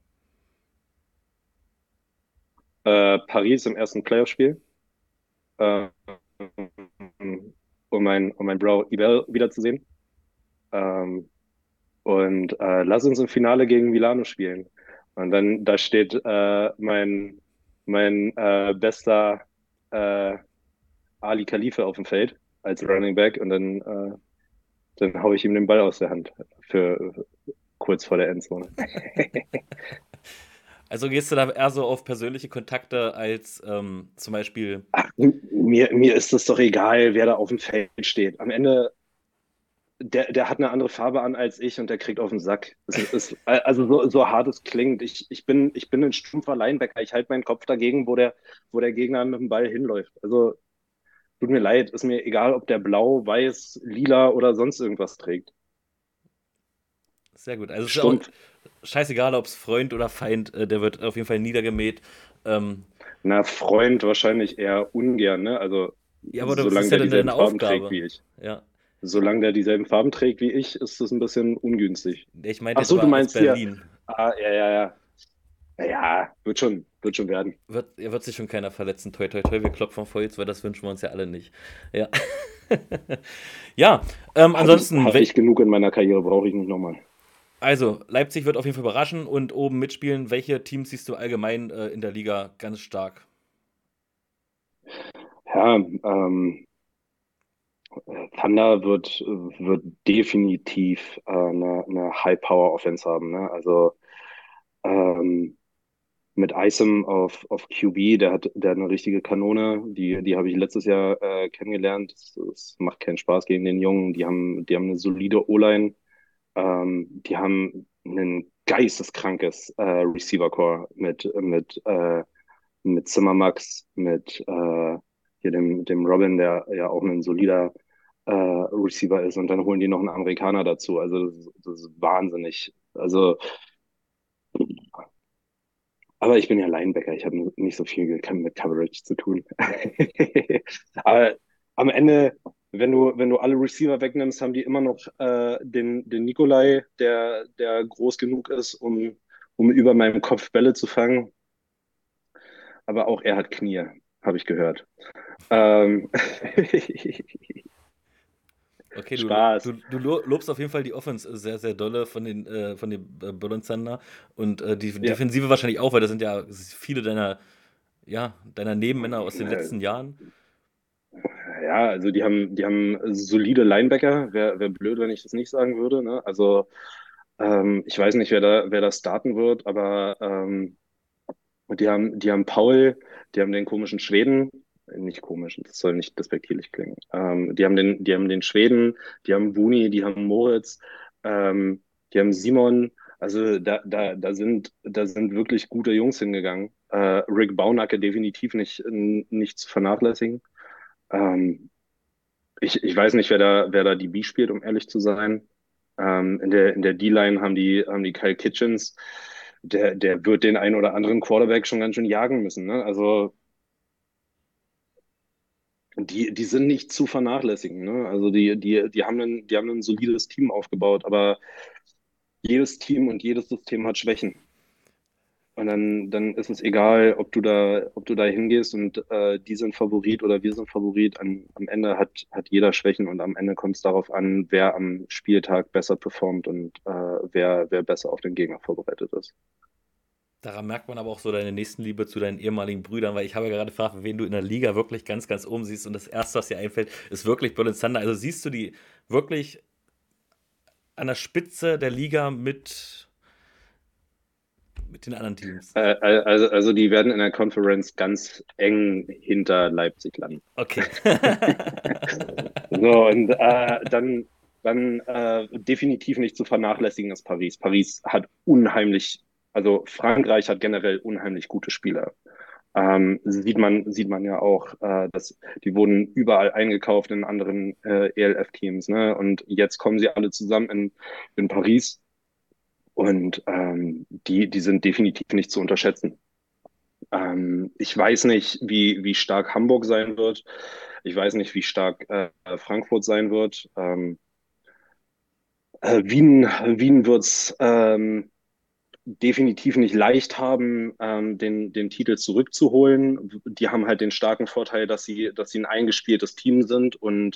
Paris im ersten Playoff-Spiel, äh, um mein Bro Ibel wiederzusehen. Ähm, und lass uns im Finale gegen Milano spielen. Und dann, da steht mein bester äh, Ali Khalife auf dem Feld als Running Back und dann hau ich ihm den Ball aus der Hand für kurz vor der Endzone. Also gehst du da eher so auf persönliche Kontakte als zum Beispiel. Ach, mir ist das doch egal, wer da auf dem Feld steht. Am Ende, der hat eine andere Farbe an als ich und der kriegt auf den Sack. Also so hart es klingt. Ich bin ein stumpfer Linebacker. Ich halte meinen Kopf dagegen, wo der Gegner mit dem Ball hinläuft. Also Tut mir leid, ist mir egal, ob der blau, weiß, lila oder sonst irgendwas trägt. Sehr gut. Also es ist ja auch Stumpf. scheißegal, ob es Freund oder Feind, der wird auf jeden Fall niedergemäht. Ähm, Na, Freund wahrscheinlich eher ungern, ne? Also, ja, aber das ist solange ja der dann dieselben deine Farben trägt Aufgabe. wie ich. Ja. Solange der dieselben Farben trägt wie ich, ist das ein bisschen ungünstig. Ich meinte Ach jetzt so, du aber aus meinst hier, Berlin. ja, ja, ja. Ja, wird schon werden. Wird sich schon keiner verletzen. Toi, toi, toi, wir klopfen auf Holz, weil das wünschen wir uns ja alle nicht. Ja. Ja, ansonsten, Hab ich genug in meiner Karriere, brauche ich nicht nochmal. also Leipzig wird auf jeden Fall überraschen und oben mitspielen. Welche Teams siehst du allgemein in der Liga ganz stark? Ja, Thunder wird definitiv eine High-Power-Offense haben. Ne? Also ähm, mit Isom auf QB, der hat eine richtige Kanone. Die habe ich letztes Jahr kennengelernt. Es macht keinen Spaß gegen den Jungen. Die haben eine solide O-Line. Die haben ein geisteskrankes Receiver-Core mit Zimmermax, mit hier dem Robin, der ja auch ein solider Receiver ist. Und dann holen die noch einen Amerikaner dazu. Also das ist wahnsinnig. Also, aber ich bin ja Linebacker. Ich habe nicht so viel mit Coverage zu tun. Aber am Ende, wenn du alle Receiver wegnimmst, haben die immer noch den Nikolai, der groß genug ist, um über meinem Kopf Bälle zu fangen. Aber auch er hat Knie, habe ich gehört. Ähm, Okay, Spaß. du lobst auf jeden Fall die Offense sehr, sehr dolle von den Berlin Thunder und die Ja, Defensive wahrscheinlich auch, weil das sind ja viele deiner Nebenmänner aus den äh, letzten Jahren. ja, also die haben solide Linebacker. Wär blöd, wenn ich das nicht sagen würde. Ne? Also ich weiß nicht, wer da starten wird, aber die haben Paul, die haben den komischen Schweden, nicht komisch, das soll nicht despektierlich klingen. Die haben den Schweden, die haben Buni, die haben Moritz, ähm, die haben Simon. Also da sind wirklich gute Jungs hingegangen. Rick Baunacke definitiv nicht zu vernachlässigen. Ähm, ich weiß nicht, wer da die B spielt, um ehrlich zu sein. In der D-Line haben die Kyle Kitchens. Der wird den einen oder anderen Quarterback schon ganz schön jagen müssen. Ne? Also die sind nicht zu vernachlässigen. Ne? Also die haben ein solides Team aufgebaut, aber jedes Team und jedes System hat Schwächen. Und dann ist es egal, ob du da hingehst und die sind Favorit oder wir sind Favorit. Am Ende hat jeder Schwächen und am Ende kommt es darauf an, wer am Spieltag besser performt und wer besser auf den Gegner vorbereitet ist. Daran merkt man aber auch so deine Nächstenliebe zu deinen ehemaligen Brüdern, weil ich habe ja gerade gefragt, wen du in der Liga wirklich ganz, ganz oben siehst und das Erste, was dir einfällt, ist wirklich Berlin Thunder. Also siehst du die wirklich an der Spitze der Liga mit den anderen Teams? Also die werden in der Conference ganz eng hinter Leipzig landen. Okay. So, und dann definitiv nicht zu vernachlässigen ist Paris. Paris hat also Frankreich hat generell unheimlich gute Spieler. Sieht man ja auch, dass die wurden überall eingekauft in anderen ELF-Teams, ne? Und jetzt kommen sie alle zusammen in Paris und die sind definitiv nicht zu unterschätzen. Ich weiß nicht, wie stark Hamburg sein wird. Ich weiß nicht, wie stark Frankfurt sein wird. Wien wird es definitiv nicht leicht haben, den Titel zurückzuholen. Die haben halt den starken Vorteil, dass sie ein eingespieltes Team sind und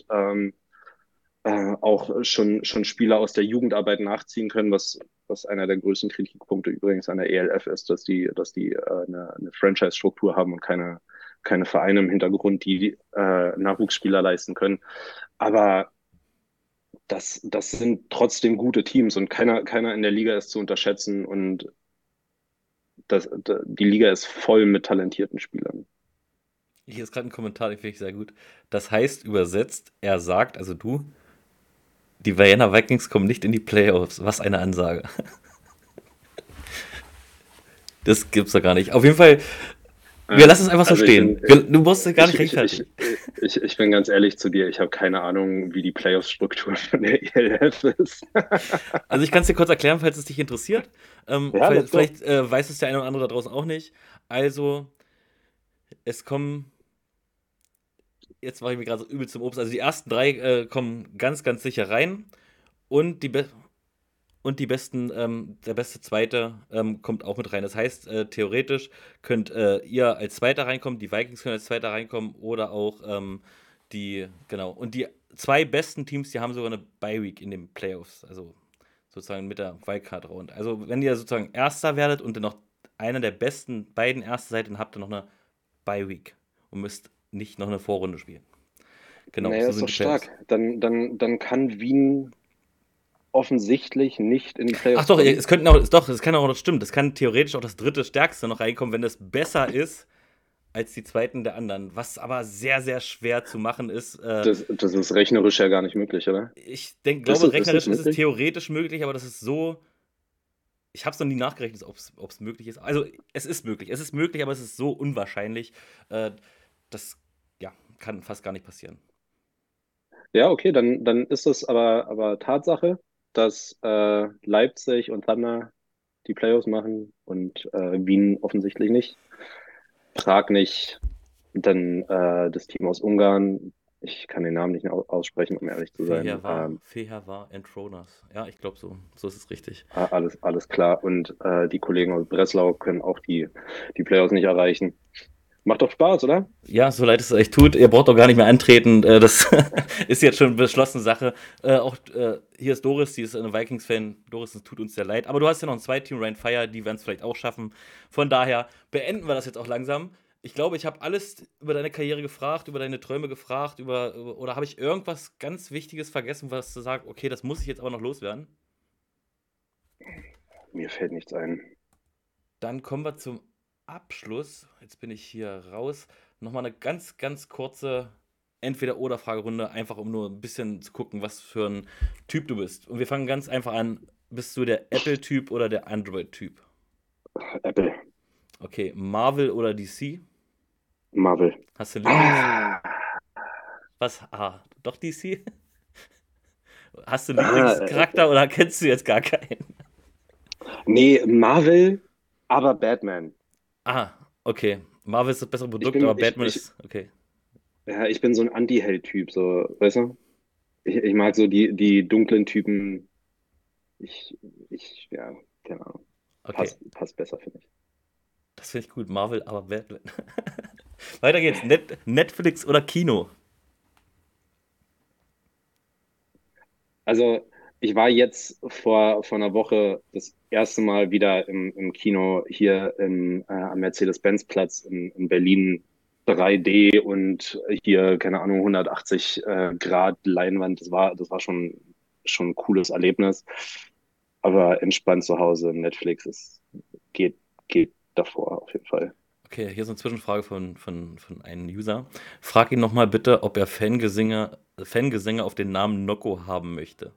auch schon Spieler aus der Jugendarbeit nachziehen können, was einer der größten Kritikpunkte übrigens an der ELF ist, dass die eine Franchise-Struktur haben und keine Vereine im Hintergrund, die Nachwuchsspieler leisten können. Aber das sind trotzdem gute Teams und keiner in der Liga ist zu unterschätzen und die Liga ist voll mit talentierten Spielern. Hier ist gerade ein Kommentar, den finde ich sehr gut. Das heißt übersetzt, er sagt, also du, die Vienna Vikings kommen nicht in die Playoffs. Was eine Ansage. Das gibt's doch gar nicht. Auf jeden Fall Wir lassen es einfach so Also ich stehen. bin, Du musst es gar nicht ich, ich, ich, rechtfertigen. ich bin ganz ehrlich zu dir, ich habe keine Ahnung, wie die Playoff-Struktur von der ELF ist. Also ich kann es dir kurz erklären, falls es dich interessiert. Ja, let's go. Vielleicht weiß es der eine oder andere da draußen auch nicht. Also, es kommen, jetzt mache ich mir gerade so übel zum Obst, also die ersten drei kommen ganz, ganz sicher rein und und die besten, der beste Zweite kommt auch mit rein. Das heißt, theoretisch könnt ihr als Zweiter reinkommen, die Vikings können als Zweiter reinkommen oder auch genau. Und die zwei besten Teams, die haben sogar eine Bye-Week in den Playoffs, also sozusagen mit der Wildcard-Round. Also wenn ihr sozusagen Erster werdet und dann noch einer der besten beiden Erster seid, dann habt ihr noch eine Bye-Week und müsst nicht noch eine Vorrunde spielen. Genau, Naja, so ist sind doch die Playoffs. stark. Dann kann Wien offensichtlich nicht in die Ach Playoffs doch, kommen. es könnten auch, doch, das kann auch noch stimmen. Das kann theoretisch auch das dritte Stärkste noch reinkommen, wenn das besser ist als die zweiten der anderen. Was aber sehr, sehr schwer zu machen ist. Das ist rechnerisch ja gar nicht möglich, oder? Glaube, Ist das rechnerisch ist es möglich? theoretisch möglich, aber das ist so. Ich habe es noch nie nachgerechnet, ob es möglich ist. Also, es ist möglich. Es ist möglich, aber es ist so unwahrscheinlich. Äh, das ja, kann fast gar nicht passieren. Ja, okay, dann ist es aber Tatsache, dass Leipzig und Thunder die Playoffs machen und Wien offensichtlich nicht. Prag nicht. Dann das Team aus Ungarn. Ich kann den Namen nicht aussprechen, um ehrlich zu sein. Feher war Entronas. Ja, ich glaube so. So ist es richtig. Alles klar. Und die Kollegen aus Breslau können auch die Playoffs nicht erreichen. Macht doch Spaß, oder? Ja, so leid es euch tut, ihr braucht doch gar nicht mehr antreten. Das ist jetzt schon eine beschlossene Sache. Hier ist Doris, die ist eine Vikings-Fan. Doris, es tut uns sehr leid. Aber du hast ja noch ein Zweitteam, Ryan Fire, die werden es vielleicht auch schaffen. Von daher beenden wir das jetzt auch langsam. Ich glaube, ich habe alles über deine Karriere gefragt, über deine Träume gefragt, oder habe ich irgendwas ganz Wichtiges vergessen, was du sagst, okay, das muss ich jetzt aber noch loswerden? Mir fällt nichts ein. Dann kommen wir zum Abschluss. Jetzt bin ich hier raus. Nochmal eine ganz, ganz kurze Entweder-Oder-Fragerunde, einfach um nur ein bisschen zu gucken, was für ein Typ du bist. Und wir fangen ganz einfach an. Bist du der Apple-Typ oder der Android-Typ? Apple, Okay, Marvel oder DC? Marvel. Hast du Lieblings... Ah, Was? Ah, doch DC? Hast du einen ah, Lieblingscharakter oder kennst du jetzt gar keinen? nee, Marvel, aber Batman. Ah, okay. Marvel ist das bessere Ich Produkt, bin, aber Batman ist... Okay. ja, ich bin so ein Anti-Held-Typ, so, weißt du? Ich mag so die dunklen Typen. Ja, keine Ahnung. Okay. Passt besser, finde ich. Das finde ich gut. Marvel, aber Batman. Weiter geht's. Netflix oder Kino? Also, ich war jetzt vor einer Woche das erste Mal wieder im Kino hier am Mercedes-Benz-Platz in Berlin 3D und hier, keine Ahnung, 180 Grad Leinwand. Das war schon ein cooles Erlebnis. Aber entspannt zu Hause, Netflix geht, geht davor auf jeden Fall. Okay, hier ist eine Zwischenfrage von einem User. Frag ihn nochmal bitte, ob er Fangesänge auf den Namen Nocco haben möchte.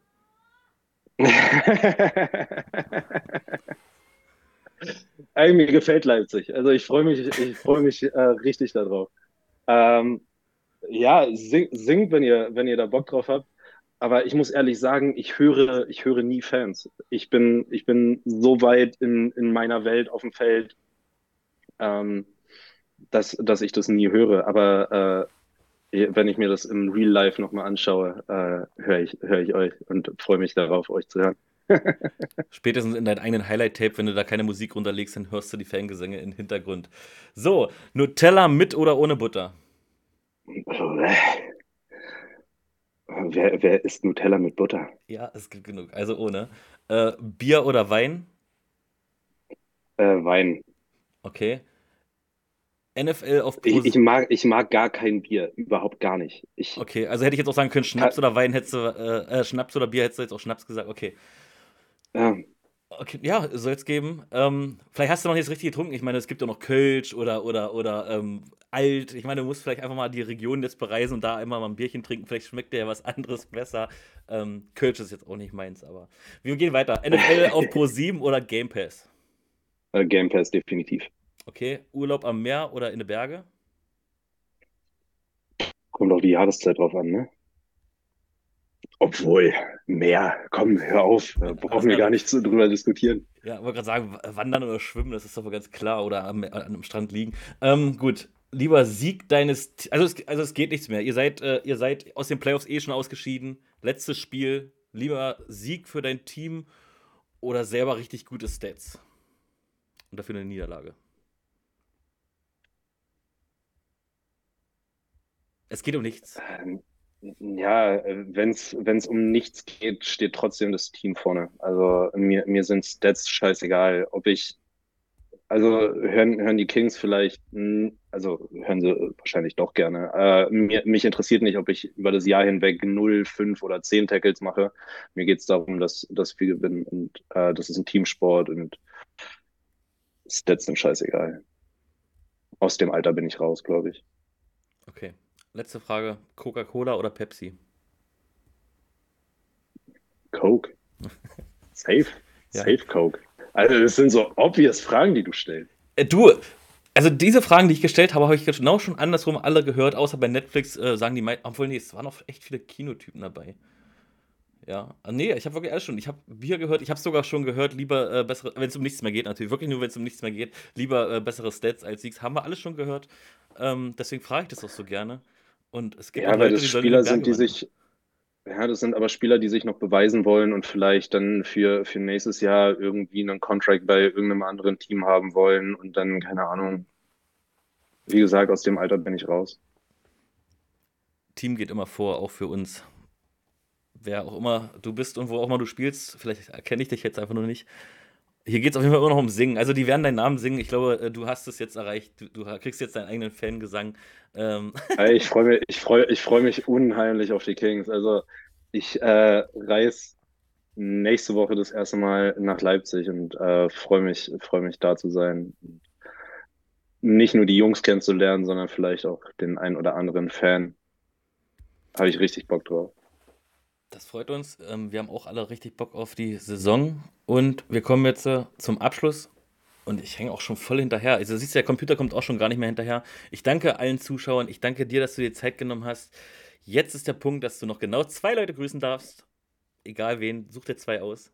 Ey, mir gefällt Leipzig. Also ich freue mich richtig darauf. Ähm, ja, singt, wenn ihr da Bock drauf habt. Aber ich muss ehrlich sagen, ich höre nie Fans. Ich bin so weit in meiner Welt auf dem Feld, ähm, dass ich das nie höre. Aber wenn ich mir das im Real Life nochmal anschaue, höre ich euch und freue mich darauf, euch zu hören. Spätestens in deinem eigenen Highlight-Tape, wenn du da keine Musik runterlegst, dann hörst du die Fangesänge im Hintergrund. So, Nutella mit oder ohne Butter? Wer isst Nutella mit Butter? Ja, es gibt genug. Also ohne. Bier oder Wein? Wein. Okay. NFL auf Ich, Pro. ich mag, ich mag gar kein Bier, überhaupt gar nicht. Okay, also hätte ich jetzt auch sagen können, Kann, Schnaps oder Wein hättest du, Schnaps oder Bier hättest du jetzt auch Schnaps gesagt. Okay. ja, Okay, ja, soll es geben. Vielleicht hast du noch nicht das Richtige getrunken. Ich meine, es gibt ja noch Kölsch oder Alt. Ich meine, du musst vielleicht einfach mal die Region jetzt bereisen und da einmal mal ein Bierchen trinken. Vielleicht schmeckt dir ja was anderes besser. Kölsch ist jetzt auch nicht meins, aber wir gehen weiter. NFL auf Pro 7 oder Game Pass? Game Pass definitiv. Okay, Urlaub am Meer oder in den Berge? Kommt auf die Jahreszeit drauf an, ne? Obwohl, mehr, komm, hör auf, Was, brauchen wir gar nicht drüber diskutieren. ja, wollte gerade sagen, wandern oder schwimmen, das ist doch ganz klar, oder am Strand liegen. Gut, lieber Sieg deines, also es geht nichts mehr. Ihr seid aus den Playoffs eh schon ausgeschieden. Letztes Spiel, lieber Sieg für dein Team oder selber richtig gute Stats und dafür eine Niederlage. Es geht um nichts. Ja, wenn's um nichts geht, steht trotzdem das Team vorne. Also mir sind Stats scheißegal, ob ich, also hören die Kings vielleicht, also hören sie wahrscheinlich doch gerne. Mich interessiert nicht, ob ich über das Jahr hinweg 0, 5 oder 10 Tackles mache. Mir geht es darum, dass wir gewinnen und das ist ein Teamsport und Stats sind scheißegal. Aus dem Alter bin ich raus, glaube ich. Okay. Letzte Frage: Coca-Cola oder Pepsi? Coke. Safe. Ja. Safe Coke. Also, das sind so obvious Fragen, die du stellst. Du, also diese Fragen, die ich gestellt habe, habe ich genau schon andersrum alle gehört, außer bei Netflix sagen die meisten, obwohl, nee, es waren auch echt viele Kinotypen dabei. Ja, nee, ich habe wirklich alles schon. Ich habe Bier gehört, ich habe sogar schon gehört, lieber bessere, wenn es um nichts mehr geht, natürlich, wirklich nur, wenn es um nichts mehr geht, lieber bessere Stats als Siegs. Haben wir alles schon gehört. Deswegen frage ich das auch so gerne. Und es gibt auch Ja, weil Leute, das die sollen in die Spieler sind, Berge die wandern. sich, ja, das sind aber Spieler, die sich noch beweisen wollen und vielleicht dann für nächstes Jahr irgendwie einen Contract bei irgendeinem anderen Team haben wollen und dann, keine Ahnung, wie gesagt, aus dem Alter bin ich raus. Team geht immer vor, auch für uns. Wer auch immer du bist und wo auch immer du spielst, vielleicht erkenne ich dich jetzt einfach nur nicht. Hier geht es auf jeden Fall immer noch um Singen. Also die werden deinen Namen singen. Ich glaube, du hast es jetzt erreicht. Du kriegst jetzt deinen eigenen Fangesang. Ähm, Ey, ich freu mich unheimlich auf die Kings. Also ich reise nächste Woche das erste Mal nach Leipzig und freu mich da zu sein. Nicht nur die Jungs kennenzulernen, sondern vielleicht auch den ein oder anderen Fan. Habe ich richtig Bock drauf. Das freut uns. Wir haben auch alle richtig Bock auf die Saison. Und wir kommen jetzt zum Abschluss. Und ich hänge auch schon voll hinterher. Also, du siehst, der Computer kommt auch schon gar nicht mehr hinterher. Ich danke allen Zuschauern. Ich danke dir, dass du dir Zeit genommen hast. Jetzt ist der Punkt, dass du noch genau zwei Leute grüßen darfst. Egal wen, such dir zwei aus.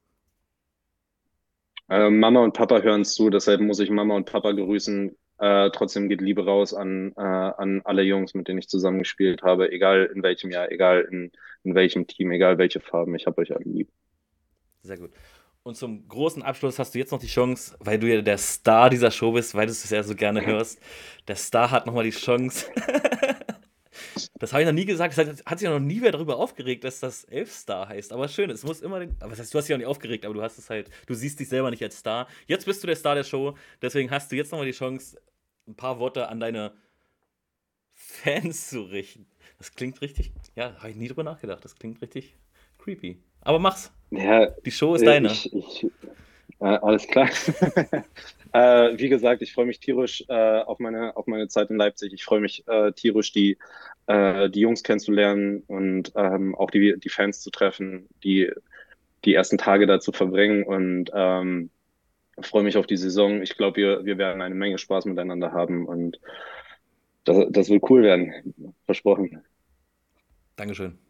Mama und Papa hören zu, deshalb muss ich Mama und Papa grüßen. Trotzdem geht Liebe raus an alle Jungs, mit denen ich zusammengespielt habe, egal in welchem Jahr, egal in welchem Team, egal welche Farben. Ich habe euch alle lieb. Sehr gut. Und zum großen Abschluss hast du jetzt noch die Chance, weil du ja der Star dieser Show bist, weil du es ja so gerne hörst. Der Star hat nochmal die Chance. Das habe ich noch nie gesagt. Das hat sich noch nie wer darüber aufgeregt, dass das Elfstar heißt. Aber schön, es muss immer den. Aber das heißt, du hast dich auch nicht aufgeregt, aber du hast es halt. Du siehst dich selber nicht als Star. Jetzt bist du der Star der Show. Deswegen hast du jetzt nochmal die Chance, ein paar Worte an deine Fans zu richten. Das klingt richtig. Ja, habe ich nie drüber nachgedacht. Das klingt richtig creepy. Aber mach's. Ja, Die Show ist deine. alles klar. Wie gesagt, ich freue mich tierisch auf meine Zeit in Leipzig. Ich freue mich tierisch, die Jungs kennenzulernen und auch die Fans zu treffen, die ersten Tage da zu verbringen und freue mich auf die Saison. Ich glaube, wir werden eine Menge Spaß miteinander haben und das wird cool werden. Versprochen. Dankeschön.